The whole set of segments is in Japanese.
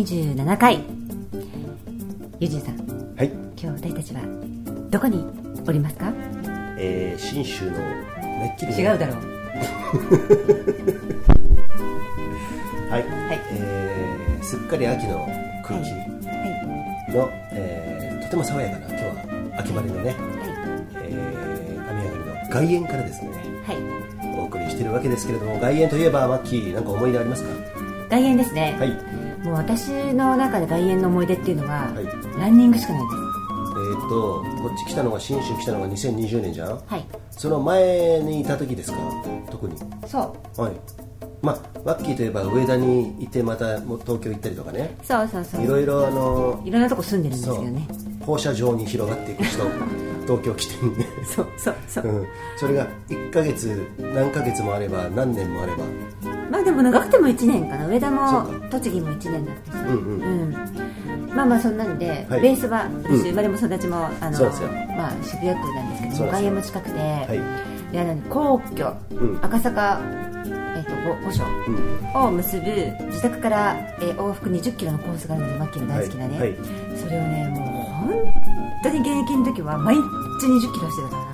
27回。ユジンさん、 はい、 今日私たちはどこにおりますか？ 信州のめっきり、 違うだろうはい、はい、すっかり秋の空気の、とても爽やかな今日は秋晴れのね、雨上がりの外苑からですね、はい、お送りしているわけですけれども、外苑といえばマッキー、なんか思い出ありますか？ 外苑ですね、はい、もう私の中で外苑の思い出っていうのは、はい、ランニングしかないです。 こっち来たのが信州来たのが2020年じゃん、はい、その前にいた時ですか？特にそう、 はい、まあワッキーといえば上田にいて、また東京行ったりとかね、 そうそうそう、 いろいろいろんなとこ住んでるんですよね。 放射状に広がっていく人東京来てるねそうそうそう、 うん、それが1ヶ月何ヶ月もあれば何年もあれば、 まあでも長くても1年かな。上田も栃木も1年だったし、うんうん、まあまあそんなんで、はい、ベースは私、生まれも育ちもそうですよ、まあ、渋谷区なんですけど、外苑も近くて、はい、で皇居、赤坂、御所を結ぶ自宅から、往復20キロのコースがあるので、マッキーの大好きなね、はいはい、それをね、もう本当に現役の時は毎日20キロしてたから、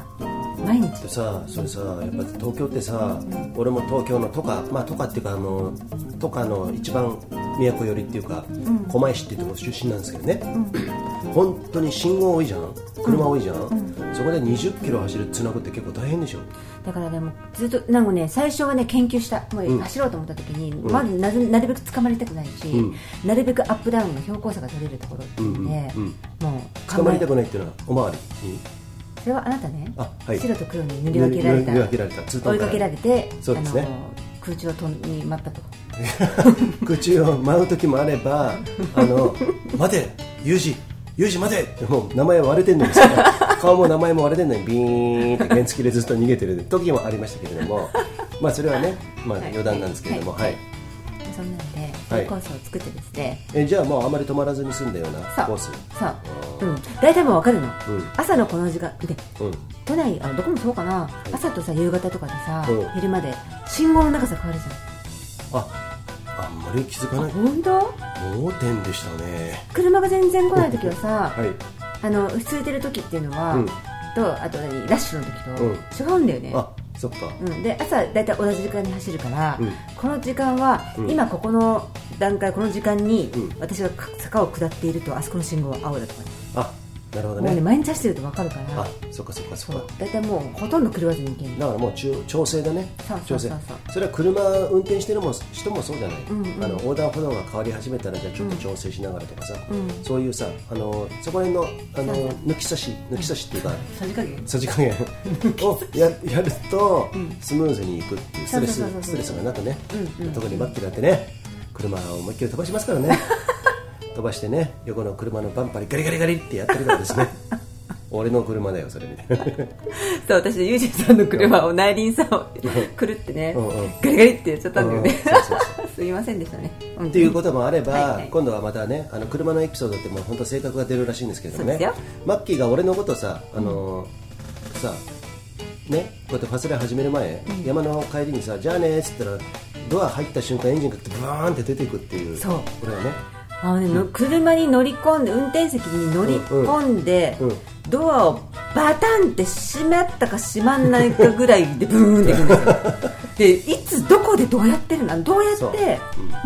毎日さ。それさ、やっぱ東京ってさ、俺も東京の都下、まあ都下っていうか都下の一番都寄りっていうか、狛江市っていうところ出身なんですけどね、本当に信号多いじゃん、車多いじゃん、そこで20キロ走るつなぐって結構大変でしょ。 だからね、もうずっとなんかね、最初はね研究した。もう走ろうと思った時に、まずなるべく捕まりたくないし、なるべくアップダウンの標高差が取れるところっていうので、もう捕まりたくないっていうのはおまわりに、 それはあなたね、 はい、 白と黒に塗り分けられた、追いかけられて、 そうですね、 空中をに舞ったと空中を舞う時もあれば待てユージ待てって、もう名前割れてるんですよ顔も名前も割れてるのにビーンって原付でずっと逃げてる時もありましたけれどもまあそれはね、まあ、余談なんですけれども、はい、 そんなんでコースを作ってですね、 じゃあもうあまり止まらずに済んだようなコース。 そう、大体もう分かるの、朝のこの時間で、都内どこもそうかな、朝とさ夕方とかでさ、昼まで信号の長さ変わるじゃん。 あんまり気づかない。 本当？ 盲点でしたね。 車が全然来ない時はさ、空いてる時っていうのは、あとラッシュの時と違うんだよね。 そっか、 で朝だいたい同じ時間に走るから、この時間は、今ここの段階、この時間に、私が坂を下っていると、あそこの信号は青だとかね。 なるほどね。 もうね、毎日走ってると分かるから。 そっか。 だいたいもうほとんど狂わずにいける。 だからもう調整だね。そう。それは車運転してる人もそうじゃない。横断歩道が変わり始めたら、じゃあちょっと調整しながらとかさ、そういうさ、そこら辺の抜き差しっていうか、さじ加減をやるとスムーズにいくっていう、ストレスがなくね。特にバッキーだってね、車を思いっきり飛ばしますからね。飛ばしてね、横の車のバンパーにガリガリガリってやってるからですね俺の車だよそれみたいなそう、私ユージさんの車を内輪差を狂ってね、ガリガリってやっちゃったんだよねすいませんでしたね、 っていうこともあれば、今度はまたね、車のエピソードってもう本当性格が出るらしいんですけどね、マッキーが俺のことさ、さね、こうやってファスレ始める前、山の帰りにさ、じゃあねっつったら、ドア入った瞬間エンジンがバーンって出ていくっていう、 そう、 これはね、 車に乗り込んで、運転席に乗り込んで、ドアをバタンって閉まったか閉まんないかぐらいでブーンっていくんですよで、いつどこでどうやってるの、どうやって、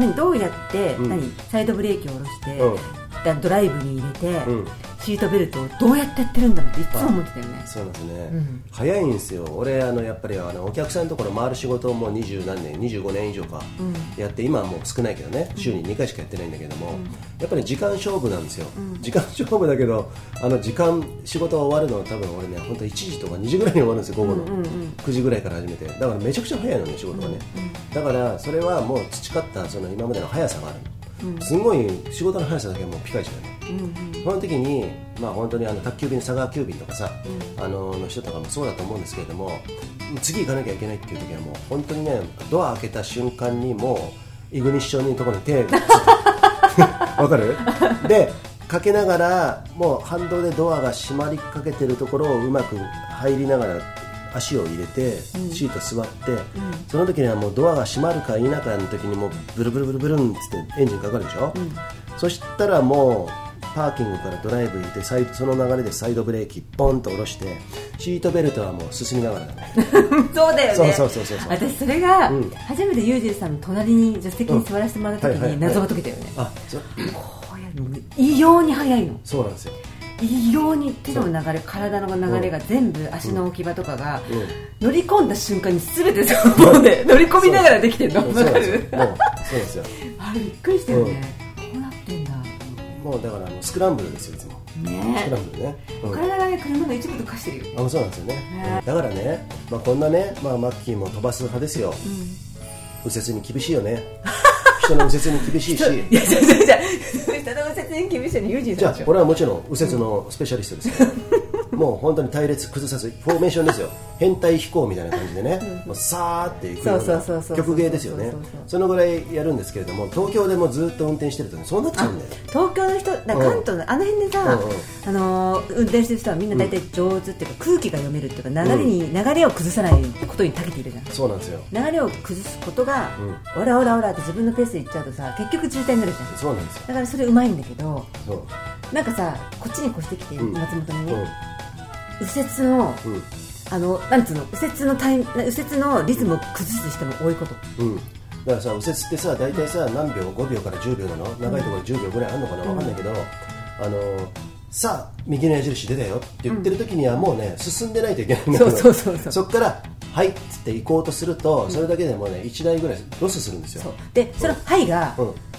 サイドブレーキを下ろして、ドライブに入れて、シートベルトをどうやってやってるんだろうっていつも思ってたよね。 そうなんですね、早いんですよ。俺やっぱりお客さんのところ回る仕事をもう20何年25年以上かやって、今はもう少ないけどね、週に2回しかやってないんだけども、やっぱり時間勝負なんですよ、時間勝負だけど、仕事が終わるのは多分俺ね、本当1時とか2時ぐらいに終わるんですよ、午後の9時ぐらいから始めて。だからめちゃくちゃ早いのね、仕事がね、だからそれはもう培ったその今までの速さがある、すごい仕事の速さだけはもうピカイチだね。その時に、まあ、本当に宅急便、佐川急便とかさ、の人とかもそうだと思うんですけれども、次行かなきゃいけないっていう時はもう本当にね、ドア開けた瞬間にもうイグニッションのところに手わかるでかけながら、もう反動でドアが閉まりかけてるところをうまく入りながら足を入れてシート座って、その時にはもうドアが閉まるか否かの時にもうブルブルブルブルンってエンジンかかるでしょ、 そしたらもうパーキングからドライブ行ってその流れでサイドブレーキポンと下ろしてシートベルトはもう進みながらだねそうだよね。 そう私それが、初めて裕次郎さんの隣に助手席に座らせてもらった時に謎が解けたよね。こうやる異様に速いの。 そうなんですよ。 異様に手の流れ、体の流れが全部足の置き場とかが、乗り込んだ瞬間に全てそうで乗り込みながらできてるの。 そうなんですよ。 あれびっくりしたよね。こうなってんだ。 もうだからスクランブルですよいつも。 ね、 スクランブルね。 体がね車の一部と化してるよ。 そうなんですよね。だからね、こんなね、マッキーも飛ばす派ですよ。右折に厳しいよね。人の右折に厳しいし。いや人の右折に厳しいの裕次郎さんでしょ。 じゃあ俺はもちろん右折のスペシャリストですからもう本当に隊列崩さずフォーメーションですよ。変態飛行みたいな感じでね、もうさーっていくような曲芸ですよね。そのぐらいやるんですけれども、東京でもずっと運転してると、ね、そうなっちゃうんだよ。 東京の人だ関東のあの辺でさ、運転してる人はみんな大体上手っていうか、空気が読めるっていうか、流れを崩さないことに長けているじゃん。 そうなんですよ。 流れを崩すことが、オラオラオラって自分のペースで行っちゃうとさ、結局渋滞になるじゃん。 そうなんですよ。 だからそれうまいんだけど、なんかさ、こっちに越してきて、松本にね、右折の、なんつうの、右折のリズムを崩す人も多いこと。 だからさ、右折ってさ、大体さ、何秒、5秒から10秒なの、長いところで10秒ぐらいあるのかな、分かんないけど、さあ右の矢印出たよって言ってる時にはもうね、進んでないといけないんだけど、そこからはいっつって行こうとすると、それだけでもね1台ぐらいロスするんですよ。 でそのはいが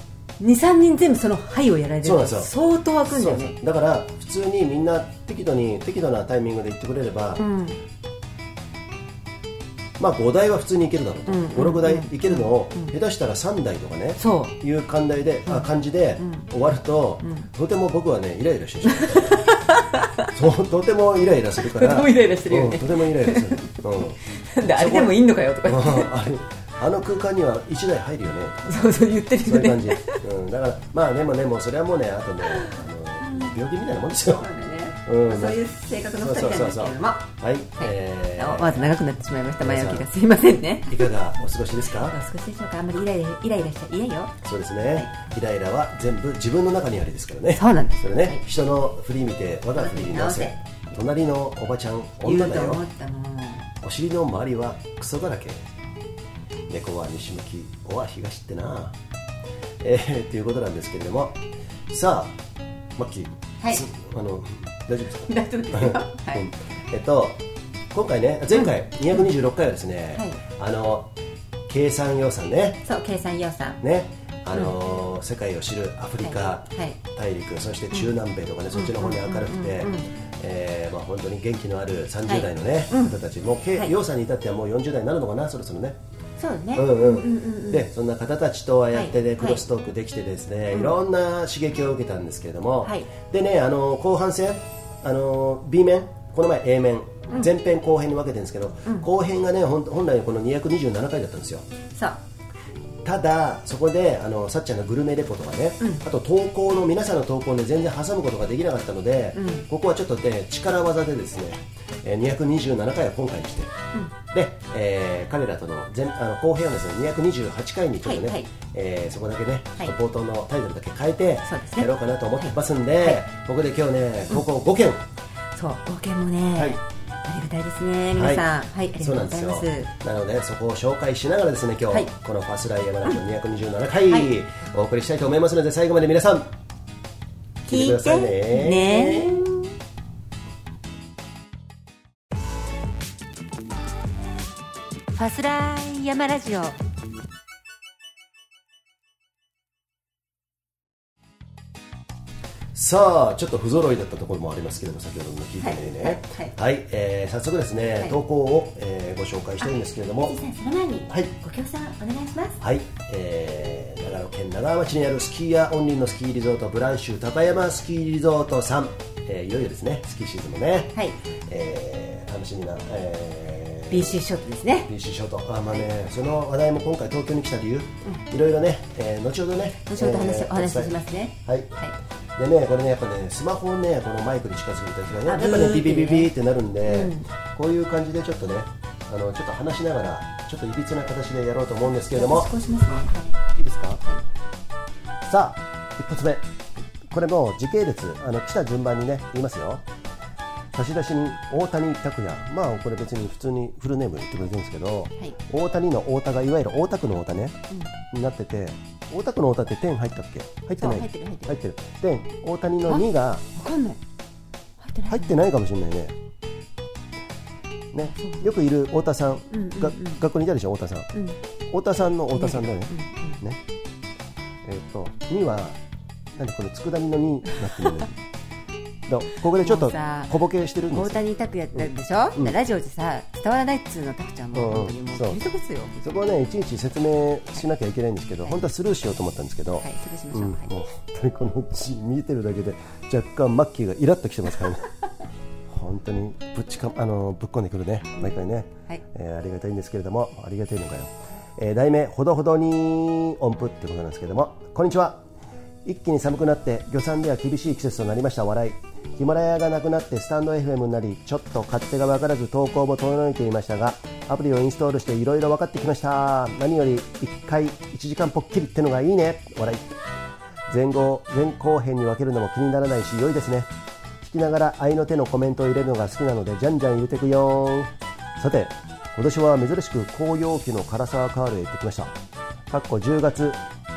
2、3人全部そのはいをやられてると相当開くんだよね。 だから普通にみんな適度なタイミングで行ってくれれば、5台は普通に行けるだろうと、5、6台行けるのを、下手したら3台とかね、いう感じで終わると、とても僕はねイライラしてしまうとてもイライラするから、 とてもイライラしてるよね。 とてもイライラする。 あれでもいいのかよとかあの空間には1台入るよね。 そう言ってるよね。 そういう感じ。だからでもね、もうそれはもうね、あとね、病気みたいなもんですよ。 そういう性格の2人なんですけれども、まず長くなってしまいました。前置きがすいませんね。 いかがお過ごしですか？ お過ごしでしょうか。あんまりイライラしちゃ嫌よ。 そうですね。イライラは全部自分の中にありですからね。 そうなんです。 それね、人の振り見て我が振りに直せ。隣のおばちゃん女だよ。お尻の周りはクソだらけ。猫は西向き、尾は東ってな。ということなんですけれども、さあマッキー、大丈夫ですか？ 大丈夫ですよ。 今回ね、前回226回はですね、計算予算ね。 そう、計算予算ね、世界を知るアフリカ大陸、そして中南米とかね、そっちの方に明るくて、本当に元気のある30代のね、方たち、もう予算に至ってはもう40代になるのかな、そろそろね。 そうね。 でそんな方たちとはやってね、クロストークできてですね、いろんな刺激を受けたんですけれども、でね、後半戦、B 面、この前 A 面、前編後編に分けてるんですけど、後編がね、本来この227回だったんですよ。ただそこでさっちゃんのグルメレポとかね、あと投稿の皆さんの投稿で全然挟むことができなかったので、ここはちょっとね力技でですね、227回は今回にして、で、彼らとの後編はですね228回にちょっとね、そこだけね、冒頭のタイトルだけ変えてやろうかなと思ってますんで、ここで今日ね投稿5件、 そう5件もね、ありがたいですね、皆さん。ありがとうございます。 なのでそこを紹介しながらですね、今日、このファスライ山ラジオ227回、お送りしたいと思いますので、最後まで皆さん聞いてくださいね。 ファスライ山ラジオ。 さあちょっと不揃いだったところもありますけれども、先ほども聞いてね、早速ですね、投稿を、ご紹介したいんですけれども、 その前にご協賛お願いします。 長野県長浜町にあるスキーヤーオンリーのスキーリゾートブランシュ高山スキーリゾートさん、いよいよですね、スキーシーズンもね、楽しみな、 BC ショートですね。 BC ショート、その話題も今回東京に来た理由、いろいろね、後ほどね、 お話ししますね。 でね、これね、やっぱね、スマホをね、このマイクに近づけるときはね、やっぱね、ビビビビってなるんで、こういう感じでちょっとね、ちょっと話しながら、ちょっといびつな形でやろうと思うんですけれども、 少しますね。 いいですか？さあ、一発目。 これも時系列来た順番にね言いますよ。差出に大谷拓也、まあこれ別に普通にフルネーム言ってくれてるんですけど、はい、大谷の太田がいわゆる大田区の太田ね、になってて、大田区の太田って点入ったっけ？入ってない。入ってる。で大谷の2が分かんない。 入ってないかもしれないね。ね、よくいる太田さん、学校にいたでしょ、太田さん、太田さんの太田さんだよね。ね、2は何これ佃煮の2になってるね。ここでちょっと小ボケしてるんですよ。 大谷拓也でしょ、ラジオでさ伝わらないっつうの、拓ちゃんも本当にもう聞いとくっすよ。 そこはねいちいち説明しなきゃいけないんですけど、本当はスルーしようと思ったんですけど、 はい、スルーしましょう。もう本当にこのうち見てるだけで若干マッキーがイラッときてますからね。本当にぶっこんでくるね、毎回ね、はい、ありがたいんですけれども、ありがたいのかよ。題名ほどほどに音符ってことなんですけれども、こんにちは。一気に寒くなって漁産では厳しい季節となりました。笑い。ヒマラヤがなくなってスタンド FM になり、ちょっと勝手が分からず投稿も遠のいていましたが、アプリをインストールしていろいろ分かってきました。何より1回1時間ぽっきりってのがいいね。笑い。前後編に分けるのも気にならないし良いですね。聞きながら愛の手のコメントを入れるのが好きなのでじゃんじゃん入れていくよ。さて今年は珍しく紅葉期の唐沢カールへ行ってきました。10月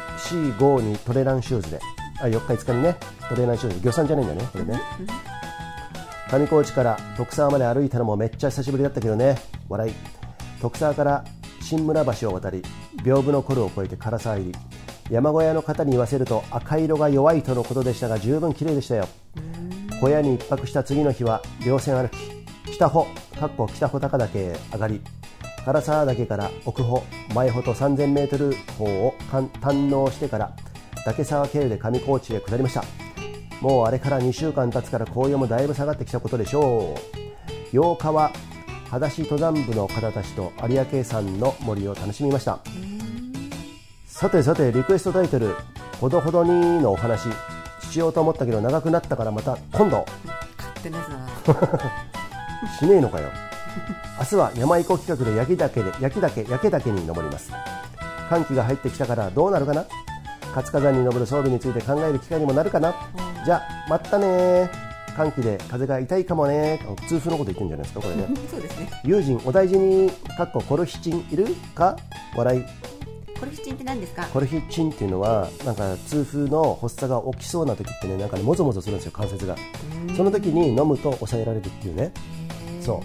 C5 にトレランシューズで、4日5日にねトレランシューズ、漁産じゃないんだねこれね。上高地から徳沢まで歩いたのもめっちゃ久しぶりだったけどね。笑い。徳沢から新村橋を渡り、屏風のコルを越えて唐沢入り。山小屋の方に言わせると赤色が弱いとのことでしたが、十分綺麗でしたよ。小屋に一泊した次の日は稜線歩き、北穂北穂高岳へ上がり、唐沢岳から奥穂前穂と 3000m 峰を堪能してから岳沢経由で上高地へ下りました。もうあれから2週間経つから紅葉もだいぶ下がってきたことでしょう。8日は裸足登山部の方たちと有明山の森を楽しみました。さてリクエストタイトルほどほどにのお話しようと思ったけど長くなったからまた今度。 勝手なやつだな。 しねえのかよ。明日は山行こう企画で焼岳に登ります。寒気が入ってきたからどうなるかな。活火山に登る装備について考える機会にもなるかな。じゃあまたね。寒気で風が痛いかもね。痛風のこと言ってるんじゃないですかこれね。 そうですね。 友人お大事にコルヒチンいるか笑い。 コルヒチンって何ですか。 コルヒチンっていうのはなんか痛風の発作が起きそうな時ってね、なんかねもぞもぞするんですよ関節が。その時に飲むと抑えられるっていうね。そう。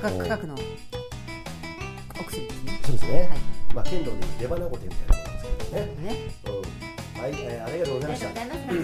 価格のお薬ですね。 そうですね。はい、まあ剣道でレバナゴテみたいなものですけどね。はい、ありがとうございました。 ありがとうございます。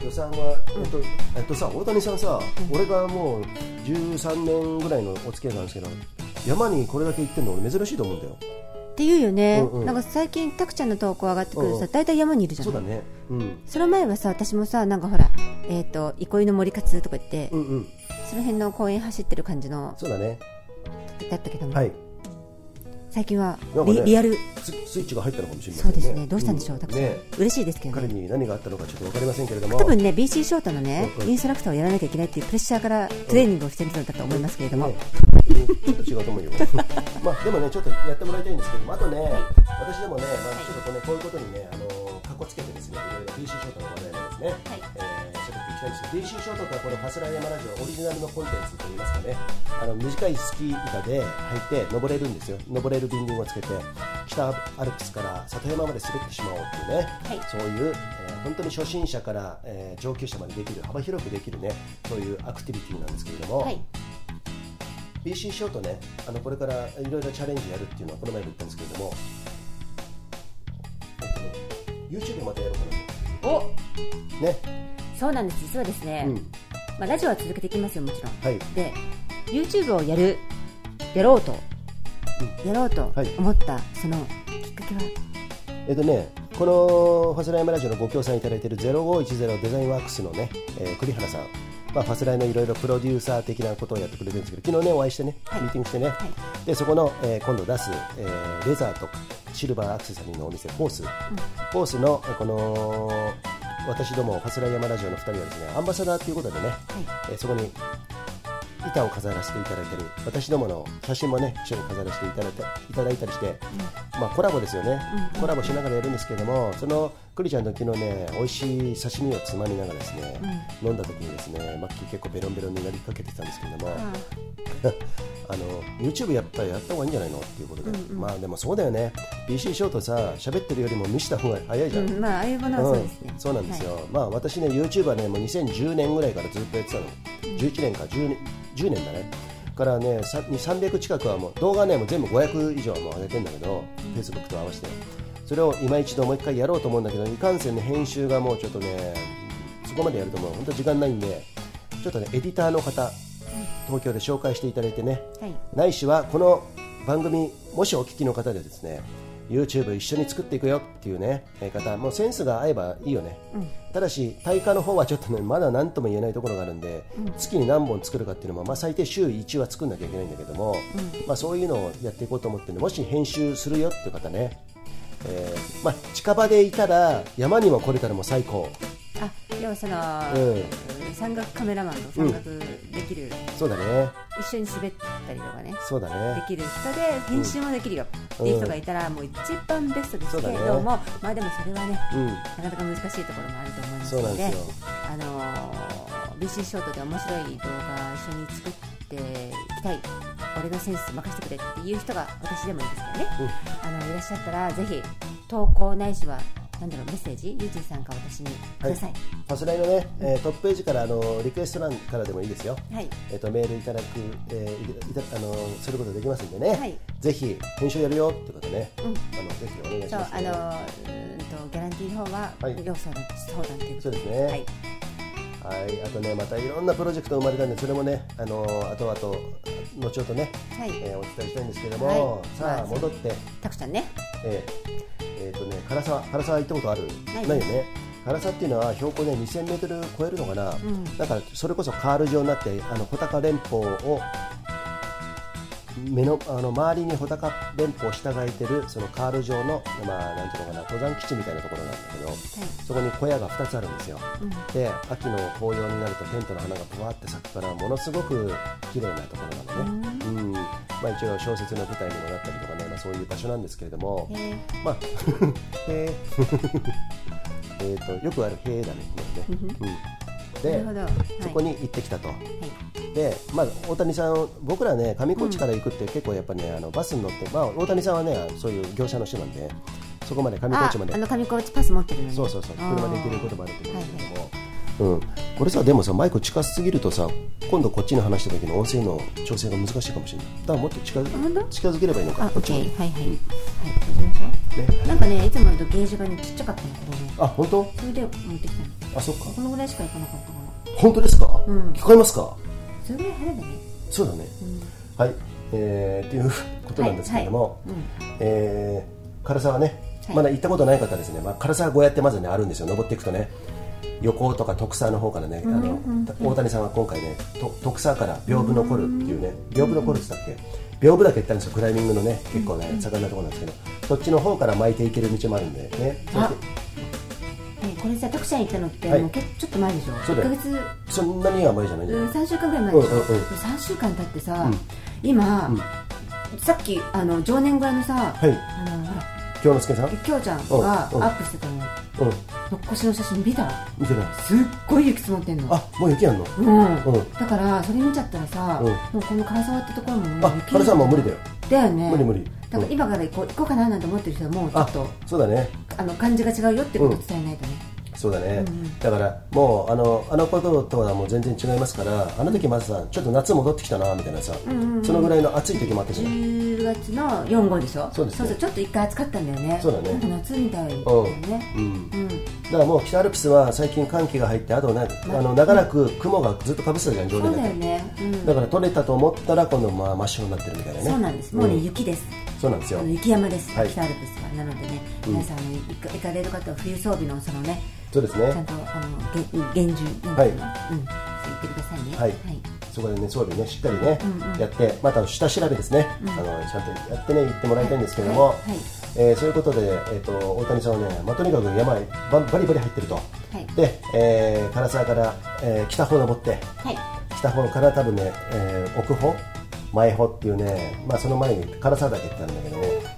予算はさ大谷さんさ、俺がもう13年ぐらいのお付き合いなんですけど、山にこれだけ行ってるの俺珍しいと思うんだよ。 って言うよね。なんか最近タクちゃんの投稿上がってくるとさ、大体山にいるじゃん。 そうだね。 その前はさ、私もさ、なんかほら憩いの森活とか言って、その辺の公園走ってる感じの。 そうだね。 だったけども。 はい。 最近はね、 リアルスイッチが入ったのかもしれないですね。 そうですね。どうしたんでしょう、たくさん、嬉しいですけどね。 彼に何があったのかちょっと分かりませんけれども、 多分ね BC ショートのね、インストラクターをやらなきゃいけないっていうプレッシャーからトレーニングをしてるんだと思いますけれども、 ちょっと違うと思うよ。まあでもねちょっとやってもらいたいんですけども、あとね、私でもね、ちょっとこういうことにねかっこつけてですね、いろいろ BC ショートの話題なんですね。ちょっと聞きたいんですけど、 BC ショートとはこのファスラー山ラジオオリジナルのコンテンツといいますかね、短いスキー板で履いて登れるんですよ。登れるビンディングをつけて北アルプスから里山まで滑ってしまおうっていうね、そういう、本当に初心者から、上級者までできる、幅広くできるね、そういうアクティビティなんですけれども、BC ショートね、これからいろいろチャレンジやるっていうのはこの前も言ったんですけれども、YouTube またやろうかなと。ね。 そうなんです。実はですね、ラジオは続けていきますよもちろん。で YouTube をやろうと思ったそのきっかけは、 このファスライ山ラジオのご協賛いただいている0510デザインワークスのね、栗原さん、ファスライのいろいろプロデューサー的なことをやってくれてるんですけど、昨日ねお会いしてね、ミーティングしてね、でそこの、今度出す、レザーとシルバーアクセサリーのお店フォースのこの私どもファスライ山ラジオの2人はですね、アンバサダーということでね、そこに板を飾らせていただいている、私どもの写真もね一緒に飾らせていただいたりして、コラボですよね、コラボしながらやるんですけれども、そのクリちゃんと昨日ね美味しい刺身をつまみながらですね、飲んだ時にですねマッキー結構ベロンベロンになりかけてたんですけれども、YouTube やっぱりやった方がいいんじゃないのっていうことで、まあでもそうだよね、 PC ショートさ喋ってるよりも見せた方が早いじゃん、 まあああいうものはそうですね、 そうなんですよ、まあ私ね YouTube はねもう2010年ぐらいからずっとやってたの、11年か10年だねからね300近くはもう動画ねもう全部500以上はもう上げてるんだけど、Facebook と合わせてそれを今一度もう一回やろうと思うんだけど、いかんせんね編集がもうちょっとねそこまでやるともう本当時間ないんで、ちょっとねエディターの方東京で紹介していただいてね、ないしはこの番組もしお聞きの方でですね YouTube 一緒に作っていくよっていうね方、もうセンスが合えばいいよね、ただし対価の方はちょっとねまだ何とも言えないところがあるんで、月に何本作るかっていうのも、まあ、最低週1は作んなきゃいけないんだけども、まあ、そういうのをやっていこうと思って、ね、もし編集するよっていう方ね、まあ、近場でいたら山にも来れたらもう最高。 要はその、山岳カメラマンと山岳できる、 そうだね、 一緒に滑ったりとかね、 そうだね、 できる人で編集もできるよっていう人がいたらもう一番ベストですけれども、まあでもそれはね、なかなか難しいところもあると思いますので、BC ショートで面白い動画一緒に作っていきたい、俺のセンス任せてくれっていう人が私でもいいですけどね、いらっしゃったらぜひ投稿ないしはメッセージ、ゆうちんさんか私にください。 パスライのね、トップページからリクエスト欄からでもいいですよ。メールいただく、することできますんでね。ぜひ編集やるよってことね。ぜひお願いします。 ギャランティーの方は要相談ということで。 そうですね。はい、あとねまたいろんなプロジェクト生まれたんで、それもね後々後ほどね、お伝えしたいんですけども、さあ戻ってたくさんね。 唐沢行ったことある？ないよね。唐沢っていうのは標高ね2000メートル超えるのかな、だからそれこそカール状になって穂高連峰を周りに穂高連峰を従えてるそのカール状の、なんていうのかな、登山基地みたいなところなんだけど、そこに小屋が2つあるんですよ、で秋の紅葉になるとテントの花がぶわって咲くからものすごく綺麗なところなのね、一応小説の舞台にもなったりとかね、そういう場所なんですけれども、よくあるへーだね、で、そこに行ってきたと、で大谷さん、僕らね上高地から行くって結構やっぱりねバスに乗って、大谷さんはねそういう業者の人なんでそこまで上高地まで上高地パス持ってるのね、 そう車で行けることもあると思うんですけども、これさでもさマイク近すぎるとさ今度こっちに話した時の音声の調整が難しいかもしれない。だからもっと近づければいいのか。こっちまで。 はい、行きましょう。なんかねいつものとゲージがねちっちゃかったのこれね。 本当？ それで持ってきたの。そっか。このぐらいしかいかなかったかな。 本当ですか？聞こえますか？ それぐらい晴れだね。 そうだね。はい、っていうことなんですけれども、唐沢ね、まだ行ったことない方ですね。唐沢小屋ってまずねあるんですよ。登っていくとね。横とか徳沢の方からね、大谷さんは今回ね徳沢から屏風残るっていうね、屏風残るって言ったっけ、屏風岳行ったんですよ、クライミングのね結構ね盛んなところなんですけど、そっちの方から巻いていける道もあるんでね。 これさ徳ちゃん行ったのってもうちょっと前でしょ。1ヶ月そんなには前じゃないんじゃない？ 3週間ぐらい前でしょ。3週間経ってさ、今さっき常年小屋のさ京之介さん、 京ちゃんがアップしてたの、引っ越しの写真見た？ 見てない。 すっごい雪積もってんの。 もう雪あんの？ だからそれ見ちゃったらさ、もうこの唐沢ってところも雪。 唐沢も無理だよ。 だよね。 無理。 だから今から行こうかななんて思ってる人はもうちょっとそうだね。 感じが違うよってことを伝えないとね。 そうだね。だからもうあのこととはもう全然違いますから、あの時まずさちょっと夏戻ってきたなみたいなさ、そのぐらいの暑い時もあったじゃない。 10月の4号でしょ。 そうですね。 そうちょっと一回暑かったんだよね。 そうだね。 夏みたいだよね。 だからもう北アルプスは最近寒気が入って、あと長らく雲がずっとかぶせたじゃん、上年だけ。そうだよね。だから取れたと思ったら今度真っ白になってるみたいなね。 そうなんです。もうね雪です。 そうなんですよ。 雪山です。北アルプスは。なのでね、皆さん行かれる方は冬装備のそのね。 そうですね。 ちゃんと厳重言ってくださいね。はい。 そこでね装備ねしっかりねやって、また下調べですね。ちゃんとやってね行ってもらいたいんですけども、そういうことで大谷さんはね、とにかく山へバリバリ入ってると。で唐沢から北方登って、北方から多分ね奥方前方っていうね、その前に唐沢岳ってあるんだけど、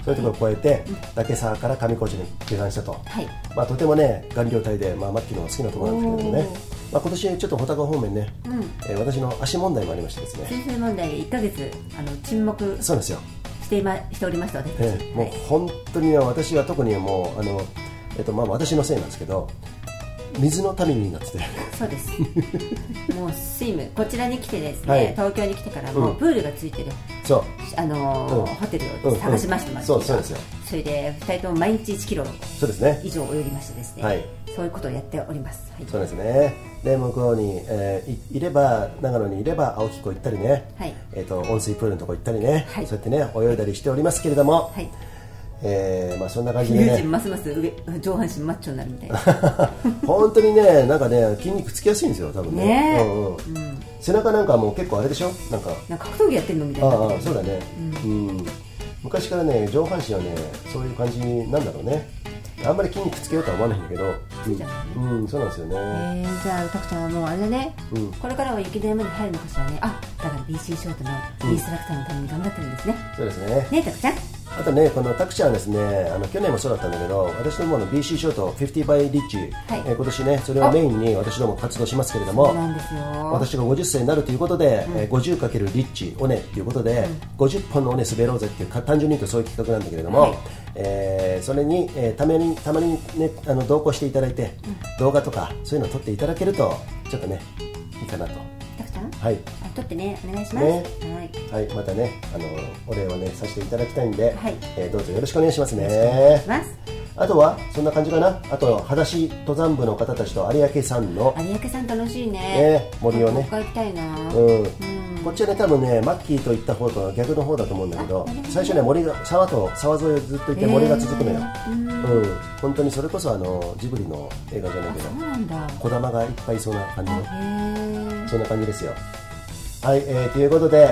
そういうところを越えて、岳沢から上高地に下山したと、とてもね顔料体で、マッキーの好きなところなんですけれどもね、今年ちょっと穂高方面ね、私の足問題もありましてですね、 先生問題で1ヶ月沈黙そうですよしておりました、私たち、 もう本当に私は特にもう私のせいなんですけど、水の民になってて、 そうですもうスイム、こちらに来てですね、東京に来てからもうプールがついてる、ホテルを探しました、 そうですよ。 それで2人とも毎日1キロ以上泳ぎましてですね、そういうことをやっております。 そうですね。で向こうに、いれば長野にいれば青木湖行ったりね、温水プールのとこ行ったりね、そうやってね泳いだりしておりますけれども、そんな感じでね、 ますます上半身マッチョになるみたいな本当にね、なんかね筋肉つきやすいんですよ多分ね。背中なんかもう結構あれでしょ、なんか格闘技やってるのみたいな。 そうだね、昔からね上半身はねそういう感じなんだろうね。あんまり筋肉つけようとは思わないんだけど、そうなんですよね。 じゃあたくちゃんはもうあれだね、これからは雪の山に入るのかしらね。だから BC ショートのインストラクターのために頑張ってるんですね。 そうですね。 ね、たくちゃん。 あとね、このタクちゃんはですね、去年もそうだったんだけど、私どもの BC ショート50 by リッチ、今年ね、それをメインに私ども活動しますけれども、 そうなんですよ。 私が50歳になるということで、50× リッチ尾根ということで、50本の尾根滑ろうぜっていう単純に言うとそういう企画なんだけれども、それに、たまにね同行していただいて、動画とかそういうのを撮っていただけるとちょっとねいいかなと。 たくちゃん、撮ってね、お願いします。 またねお礼をねさせていただきたいんで、どうぞよろしくお願いしますね。あとはそんな感じかな。あと裸足登山部の方たちと有明山楽しいね。 森をね、 行きたいな。 こっちはね多分ねマッキーと行った方と逆の方だと思うんだけど、最初ね森が沢沿いをずっと行って森が続くのよ。本当にそれこそジブリの映画じゃないけど、小玉がいっぱいいそうな感じの、そんな感じですよ。ということで、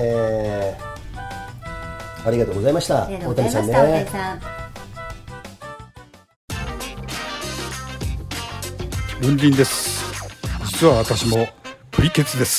ありがとうございました。大谷さんね。 文林です。実は私もプリケツです。